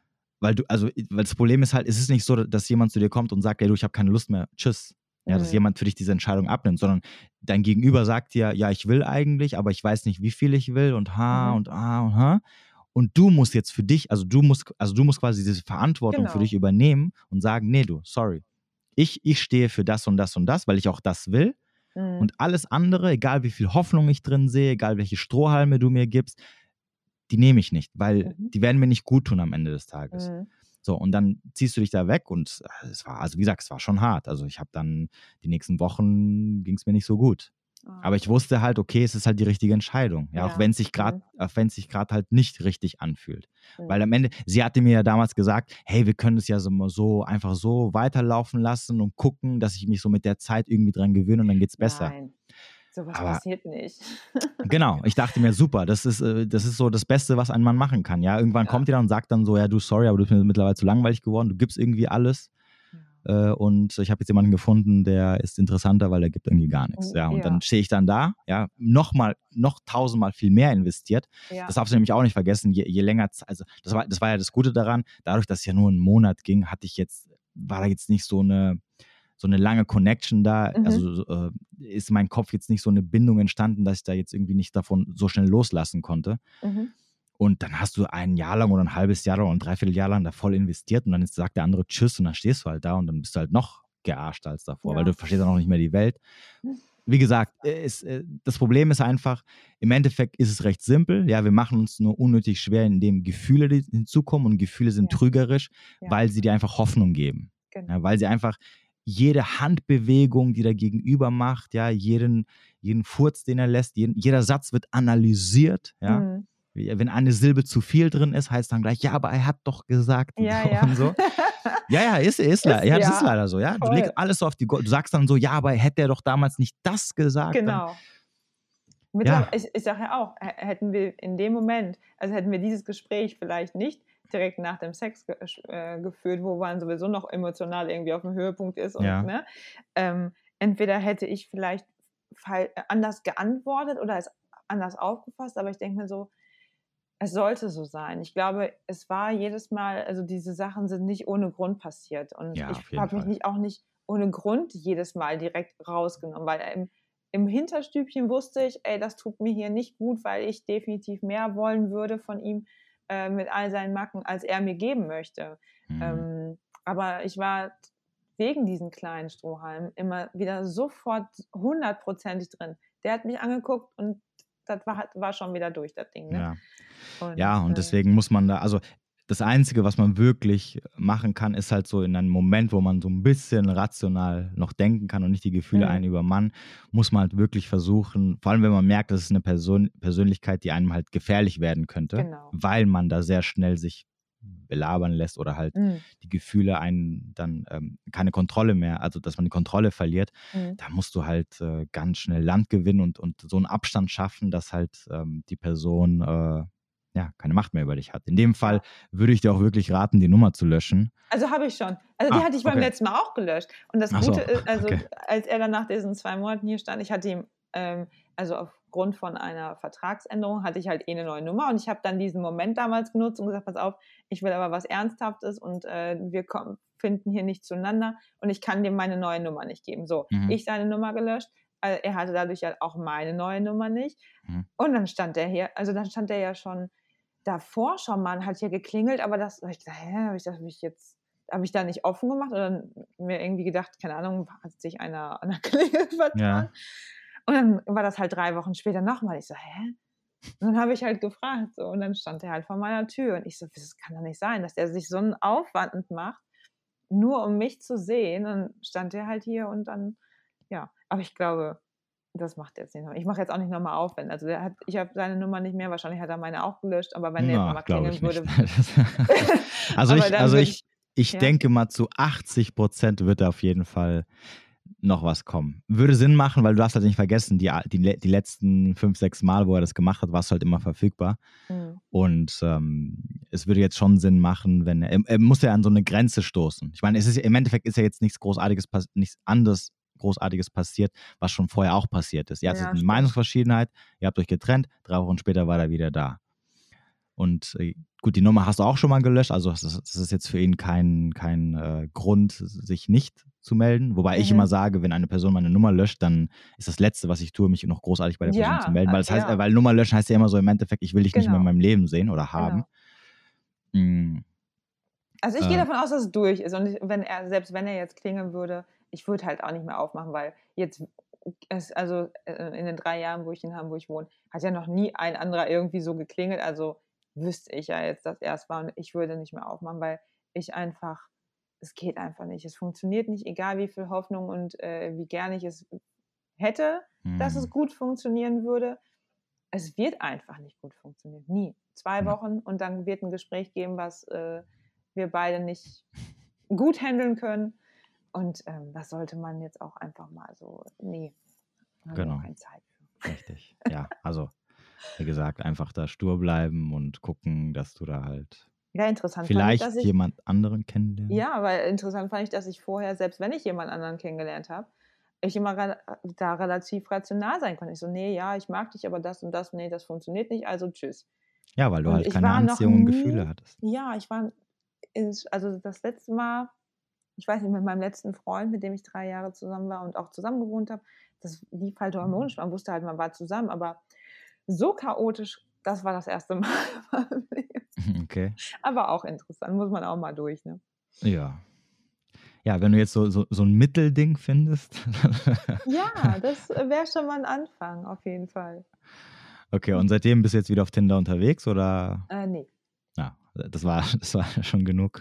weil das Problem ist halt, es ist nicht so, dass jemand zu dir kommt und sagt: „Ey du, ich habe keine Lust mehr, tschüss." Ja, dass Mhm. jemand für dich diese Entscheidung abnimmt, sondern dein Gegenüber sagt dir: „Ja, ich will eigentlich, aber ich weiß nicht, wie viel ich will und ha Mhm. und ah und ha." Und du musst jetzt für dich, du musst quasi diese Verantwortung für dich Genau. übernehmen und sagen: „Nee, du, sorry. Ich stehe für das und das und das, weil ich auch das will, Mhm. und alles andere, egal wie viel Hoffnung ich drin sehe, egal welche Strohhalme du mir gibst, die nehme ich nicht, weil Mhm. die werden mir nicht gut tun am Ende des Tages." Mhm. So, und dann ziehst du dich da weg und also wie gesagt, es war schon hart. Also ich habe dann die nächsten Wochen ging es mir nicht so gut. Ah, Aber ich okay. wusste halt, okay, es ist halt die richtige Entscheidung. Ja, Ja. Mhm. auch wenn es sich gerade halt nicht richtig anfühlt. Weil Mhm. am Ende, sie hatte mir ja damals gesagt, hey, wir können es ja so einfach so weiterlaufen lassen und gucken, dass ich mich so mit der Zeit irgendwie dran gewöhne und dann geht's besser. Nein, so was Aber passiert nicht. genau, ich dachte mir, super, das ist so das Beste, was ein Mann machen kann. Ja, irgendwann Ja, kommt jeder und sagt dann so, ja, du, sorry, aber du bist mir mittlerweile zu langweilig geworden, du gibst irgendwie alles. ja. Und ich habe jetzt jemanden gefunden, der ist interessanter, weil der gibt irgendwie gar nichts. Hm, Ja, und dann ja, stehe ich dann da, ja, noch tausendmal viel mehr investiert. Das ja. darfst du nämlich auch nicht vergessen, je länger, also das war ja das Gute daran, dadurch, dass es ja nur einen Monat ging, war da jetzt nicht so eine lange Connection da, Mhm. also ist mein Kopf jetzt nicht so eine Bindung entstanden, dass ich da jetzt irgendwie nicht davon so schnell loslassen konnte. Mhm. Und dann hast du ein Jahr lang oder ein halbes Jahr lang oder ein Dreivierteljahr lang da voll investiert und dann sagt der andere Tschüss und dann stehst du halt da und dann bist du halt noch gearschter als davor, weil du Ja. verstehst dann auch nicht mehr die Welt. Wie gesagt, das Problem ist einfach, im Endeffekt ist es recht simpel. Ja, wir machen uns nur unnötig schwer, indem Gefühle hinzukommen, und Gefühle sind Ja, trügerisch, ja, weil sie dir einfach Hoffnung geben. Ja, genau. weil sie einfach jede Handbewegung, die der Gegenüber macht, ja, jeden Furz, den er lässt, jeder Satz wird analysiert, ja. Mhm. Wenn eine Silbe zu viel drin ist, heißt dann gleich, ja, aber er hat doch gesagt und Ja, so ja. und so. Ja, ja, ja, das ist Ja, leider so, ja. Du legst voll. alles so auf du sagst dann so, ja, aber hätte er doch damals nicht das gesagt, dann, Genau. ja, Ich sage ja auch, hätten wir in dem Moment also, hätten wir dieses Gespräch vielleicht nicht direkt nach dem Sex geführt, wo man sowieso noch emotional irgendwie auf dem Höhepunkt ist und ja. ne? Entweder hätte ich vielleicht anders geantwortet oder es anders aufgefasst, aber ich denke mir so Es sollte so sein. Ich glaube, es war jedes Mal, also diese Sachen sind nicht ohne Grund passiert. Und Ja, ich auf jeden habe mich Fall. auch nicht ohne Grund jedes Mal direkt rausgenommen, weil im Hinterstübchen wusste ich, ey, das tut mir hier nicht gut, weil ich definitiv mehr wollen würde von ihm mit all seinen Macken, als er mir geben möchte. Mhm. Aber ich war wegen diesen kleinen Strohhalmen immer wieder sofort 100%ig drin. Der hat mich angeguckt und das war schon wieder durch, das Ding, ne? Ja. Ja, Und und deswegen muss man da, also das Einzige, was man wirklich machen kann, ist halt so in einem Moment, wo man so ein bisschen rational noch denken kann und nicht die Gefühle einen übermannen, muss man halt wirklich versuchen, vor allem wenn man merkt, das ist eine Persönlichkeit, die einem halt gefährlich werden könnte, genau. weil man da sehr schnell sich belabern lässt oder halt Mhm. die Gefühle einen dann keine Kontrolle mehr, also dass man die Kontrolle verliert, Mhm. da musst du halt ganz schnell Land gewinnen und so einen Abstand schaffen, dass halt die Person ja, keine Macht mehr über dich hat. In dem Fall Ja. würde ich dir auch wirklich raten, die Nummer zu löschen. Also, habe ich schon. Also, die hatte ich beim Okay. letzten Mal auch gelöscht. Und das Ach so, Gute ist, also, okay. als er dann nach diesen 2 Monaten hier stand, ich hatte ihm also, aufgrund von einer Vertragsänderung hatte ich halt eh 'ne neue Nummer, und ich habe dann diesen Moment damals genutzt und gesagt: „Pass auf, ich will aber was Ernsthaftes und wir finden hier nicht zueinander und ich kann dir meine neue Nummer nicht geben." So, Mhm. ich seine Nummer gelöscht, er hatte dadurch halt auch meine neue Nummer nicht. Mhm. Und dann stand der hier, also, dann stand der ja schon davor schon mal, hat hier geklingelt, aber das habe ich gesagt: „Hä, habe ich da nicht offen gemacht oder mir irgendwie gedacht, keine Ahnung, hat sich einer an der Klingel vertan?" Ja, Und dann war das halt 3 Wochen später noch mal. Ich so: „Hä?" Und dann habe ich halt gefragt so, und dann stand der halt vor meiner Tür und ich so: „Das kann doch nicht sein, dass der sich so 'n Aufwand macht, nur um mich zu sehen." Und dann stand der halt hier und dann, ja, aber ich glaube, das macht er jetzt nicht noch. Ich mache jetzt auch nicht noch mal auf, wenn, also, ich habe seine Nummer nicht mehr, wahrscheinlich hat er meine auch gelöscht, aber wenn der jetzt noch na, mal glaube klingeln ich nicht. würde, Also aber ich dann also würde ich ich, ich ja? denke mal, zu 80% wird da auf jeden Fall noch was kommen. Würde Sinn machen, weil du darfst halt nicht vergessen, die letzten 5, 6 Mal, wo er das gemacht hat, warst du halt immer verfügbar. Mhm. Und es würde jetzt schon Sinn machen, wenn er muss ja an so eine Grenze stoßen. Ich meine, es ist im Endeffekt ist ja jetzt nichts anderes Großartiges passiert, was schon vorher auch passiert ist. Ihr hattet Ja, eine stimmt. Meinungsverschiedenheit, ihr habt euch getrennt, 3 Wochen später war er wieder da. Und gut, die Nummer hast du auch schon mal gelöscht, also das ist jetzt für ihn kein Grund, sich nicht zu melden. Wobei ich immer Mhm. sage, wenn eine Person meine Nummer löscht, dann ist das Letzte, was ich tue, mich noch großartig bei der Person zu Ja, melden, weil das heißt, ja, weil Nummer löschen heißt ja immer so im Endeffekt, ich will dich nicht mehr in genau, meinem Leben sehen oder haben. genau. Mm, Also, ich gehe äh, davon aus, dass es durch ist, und selbst wenn er jetzt klingeln würde, ich würde halt auch nicht mehr aufmachen, weil jetzt in den 3 Jahren, wo ich in Hamburg wohne, hat ja noch nie ein anderer irgendwie so geklingelt. Also, wüsste ich ja jetzt, dass er's war, und ich würde nicht mehr aufmachen, weil ich einfach, es geht einfach nicht. Es funktioniert nicht, egal wie viel Hoffnung und wie gerne ich es hätte, dass es mm, gut funktionieren würde. Es wird einfach nicht gut funktionieren, nie. 2 ja, Wochen und dann wird 'n Gespräch geben, was wir beide nicht gut handeln können, und das sollte man jetzt auch einfach mal so, ne, da haben wir auch genau, keine Zeit für. richtig. Ja, also wie gesagt, einfach da stur bleiben und gucken, dass du da halt Ja, interessant fand ich, dass vielleicht ich jemand anderen kennenlernst. ja, weil interessant fand ich, dass ich vorher, selbst wenn ich jemand anderen kennengelernt habe, ich immer da relativ rational sein konnte. Ich so: „Ne, ja, ich mag dich, aber das und das, ne, das funktioniert nicht, also tschüss." Ja, weil du Und halt ich keine war noch Anziehung und nie, Gefühle hattest. ja, ich war also das letzte Mal, ich weiß nicht, mit meinem letzten Freund, mit dem ich 3 Jahre zusammen war und auch zusammen gewohnt habe, das lief halt harmonisch. Man wusste halt, man war zusammen, aber so chaotisch, das war das erste Mal in meinem Leben. Okay. Aber auch interessant, muss man auch mal durch, ne? Ja. Ja, wenn du jetzt so 'n Mittelding findest. Ja, das wäre schon mal 'n Anfang, auf jeden Fall. Okay, und seitdem bist du jetzt wieder auf Tinder unterwegs oder? Ne, Ja, das war schon genug.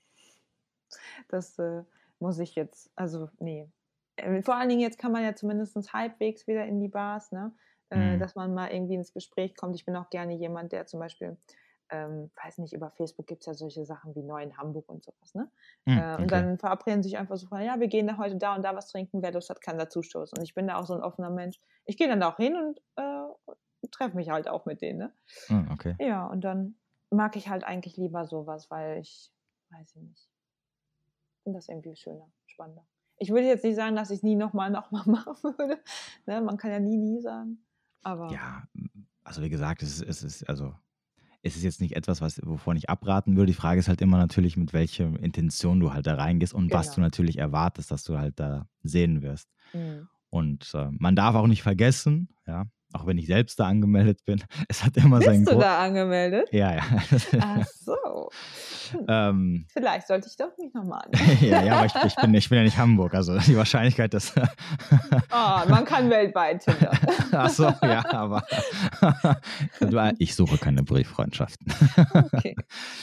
das muss ich jetzt, also, ne. Vor allen Dingen jetzt kann man ja zumindest halbwegs wieder in die Bars, ne? Mhm. Dass man mal irgendwie ins Gespräch kommt. Ich bin auch gerne jemand, der zum Beispiel, weiß nicht, über Facebook gibt's ja solche Sachen wie Neu in Hamburg und so was, ne? Und Okay. dann verabreden sich einfach so von: „Ja, wir gehen da heute da und da was trinken. Wer Lust hat, kann dazustoßen." Und ich bin da auch so 'n offener Mensch. Ich gehe dann da auch hin und treffe mich halt auch mit denen, ne? Okay. Ja, und dann mag ich halt eigentlich lieber so was, weil ich, weiß ich nicht, finde das irgendwie schöner, spannender. Ich würde jetzt nicht sagen, dass ich's nie noch mal machen würde, ne? Man kann ja nie, nie sagen, aber Ja, also wie gesagt, es ist also es ist jetzt nicht etwas, wovon ich abraten würde. Die Frage ist halt immer natürlich, mit welcher Intention du halt da reingehst und was du Genau. natürlich erwartest, dass du halt da sehen wirst. Mhm. Und man darf auch nicht vergessen, ja, auch wenn ich selbst da angemeldet bin, es hat immer seinen Bist du Grund. da angemeldet? Ja, ja. Ach so. Vielleicht sollte ich doch mich nochmal ja, aber ich bin ja nicht Hamburg, also die Wahrscheinlichkeit, dass. Man kann weltweit Tinder. Ach so, ja, aber ich suche keine Brieffreundschaften. Okay.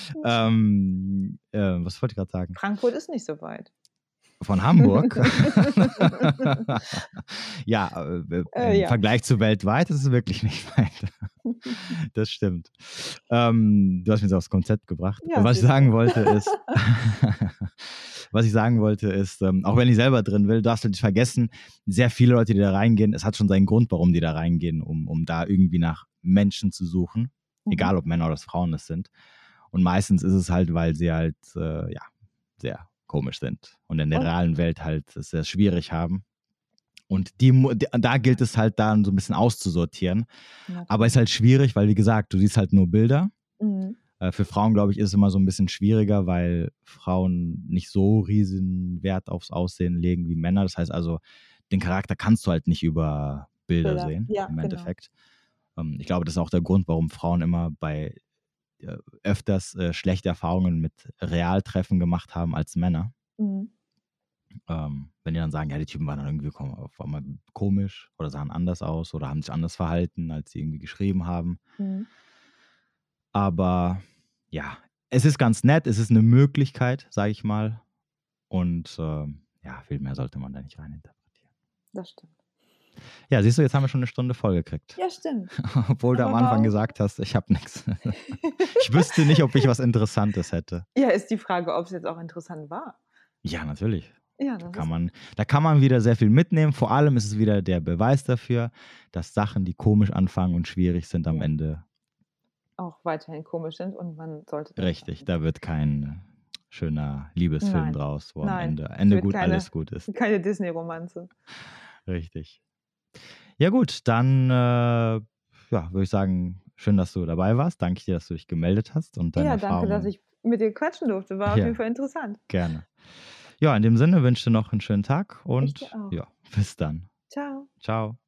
Was wollte ich gerade sagen? Frankfurt ist nicht so weit. Von Hamburg? Ja, im Ja. Vergleich zu weltweit ist es wirklich nicht weit. Das stimmt. Du hast mich jetzt aufs Konzept gebracht. Ja, Was ich sicher. sagen wollte ist, auch wenn ich selber drin will, darfst du nicht vergessen, sehr viele Leute, die da reingehen, es hat schon seinen Grund, warum die da reingehen, um da irgendwie nach Menschen zu suchen, egal ob Männer oder Frauen es sind. Und meistens ist es halt, weil sie halt, sehr komisch sind und in der realen Welt halt es sehr schwierig haben. Und da gilt es halt dann so ein bisschen auszusortieren. Aber es ist halt schwierig, weil wie gesagt, du siehst halt nur Bilder. Für Frauen, glaube ich, ist es immer so ein bisschen schwieriger, weil Frauen nicht so riesen Wert aufs Aussehen legen wie Männer. Das heißt also, den Charakter kannst du halt nicht über Bilder sehen, Ja, im genau. Endeffekt. Ich glaube, das ist auch der Grund, warum Frauen immer bei öfters schlechte Erfahrungen mit Realtreffen gemacht haben als Männer. Wenn die dann sagen, ja, die Typen waren dann irgendwie auf einmal komisch oder sahen anders aus oder haben sich anders verhalten, als sie irgendwie geschrieben haben. Aber ja, es ist ganz nett, es ist eine Möglichkeit, sage ich mal. Und viel mehr sollte man da nicht reininterpretieren. Das stimmt. Ja, siehst du, jetzt haben wir schon eine Stunde vollgekriegt. Ja, stimmt. Obwohl du am Anfang gesagt hast, ich habe nichts. Ich wüsste nicht, ob ich was Interessantes hätte. Ja, ist die Frage, ob es jetzt auch interessant war. Ja, natürlich. Ja, Da kann man wieder sehr viel mitnehmen. Vor allem ist es wieder der Beweis dafür, dass Sachen, die komisch anfangen und schwierig sind, am Ende auch weiterhin komisch sind und man sollte. Richtig, da wird kein schöner Liebesfilm draus, wo am Ende alles gut ist. Keine Disney-Romanze. Richtig. Ja gut, dann würde ich sagen, schön, dass du dabei warst. Danke dir, dass du dich gemeldet hast und deine Erfahrungen. Danke, dass ich mit dir quatschen durfte. War auf jeden Fall interessant. Gerne. Ja, in dem Sinne wünsche ich dir noch einen schönen Tag und Ich dir auch. ja, bis dann. Ciao. Ciao.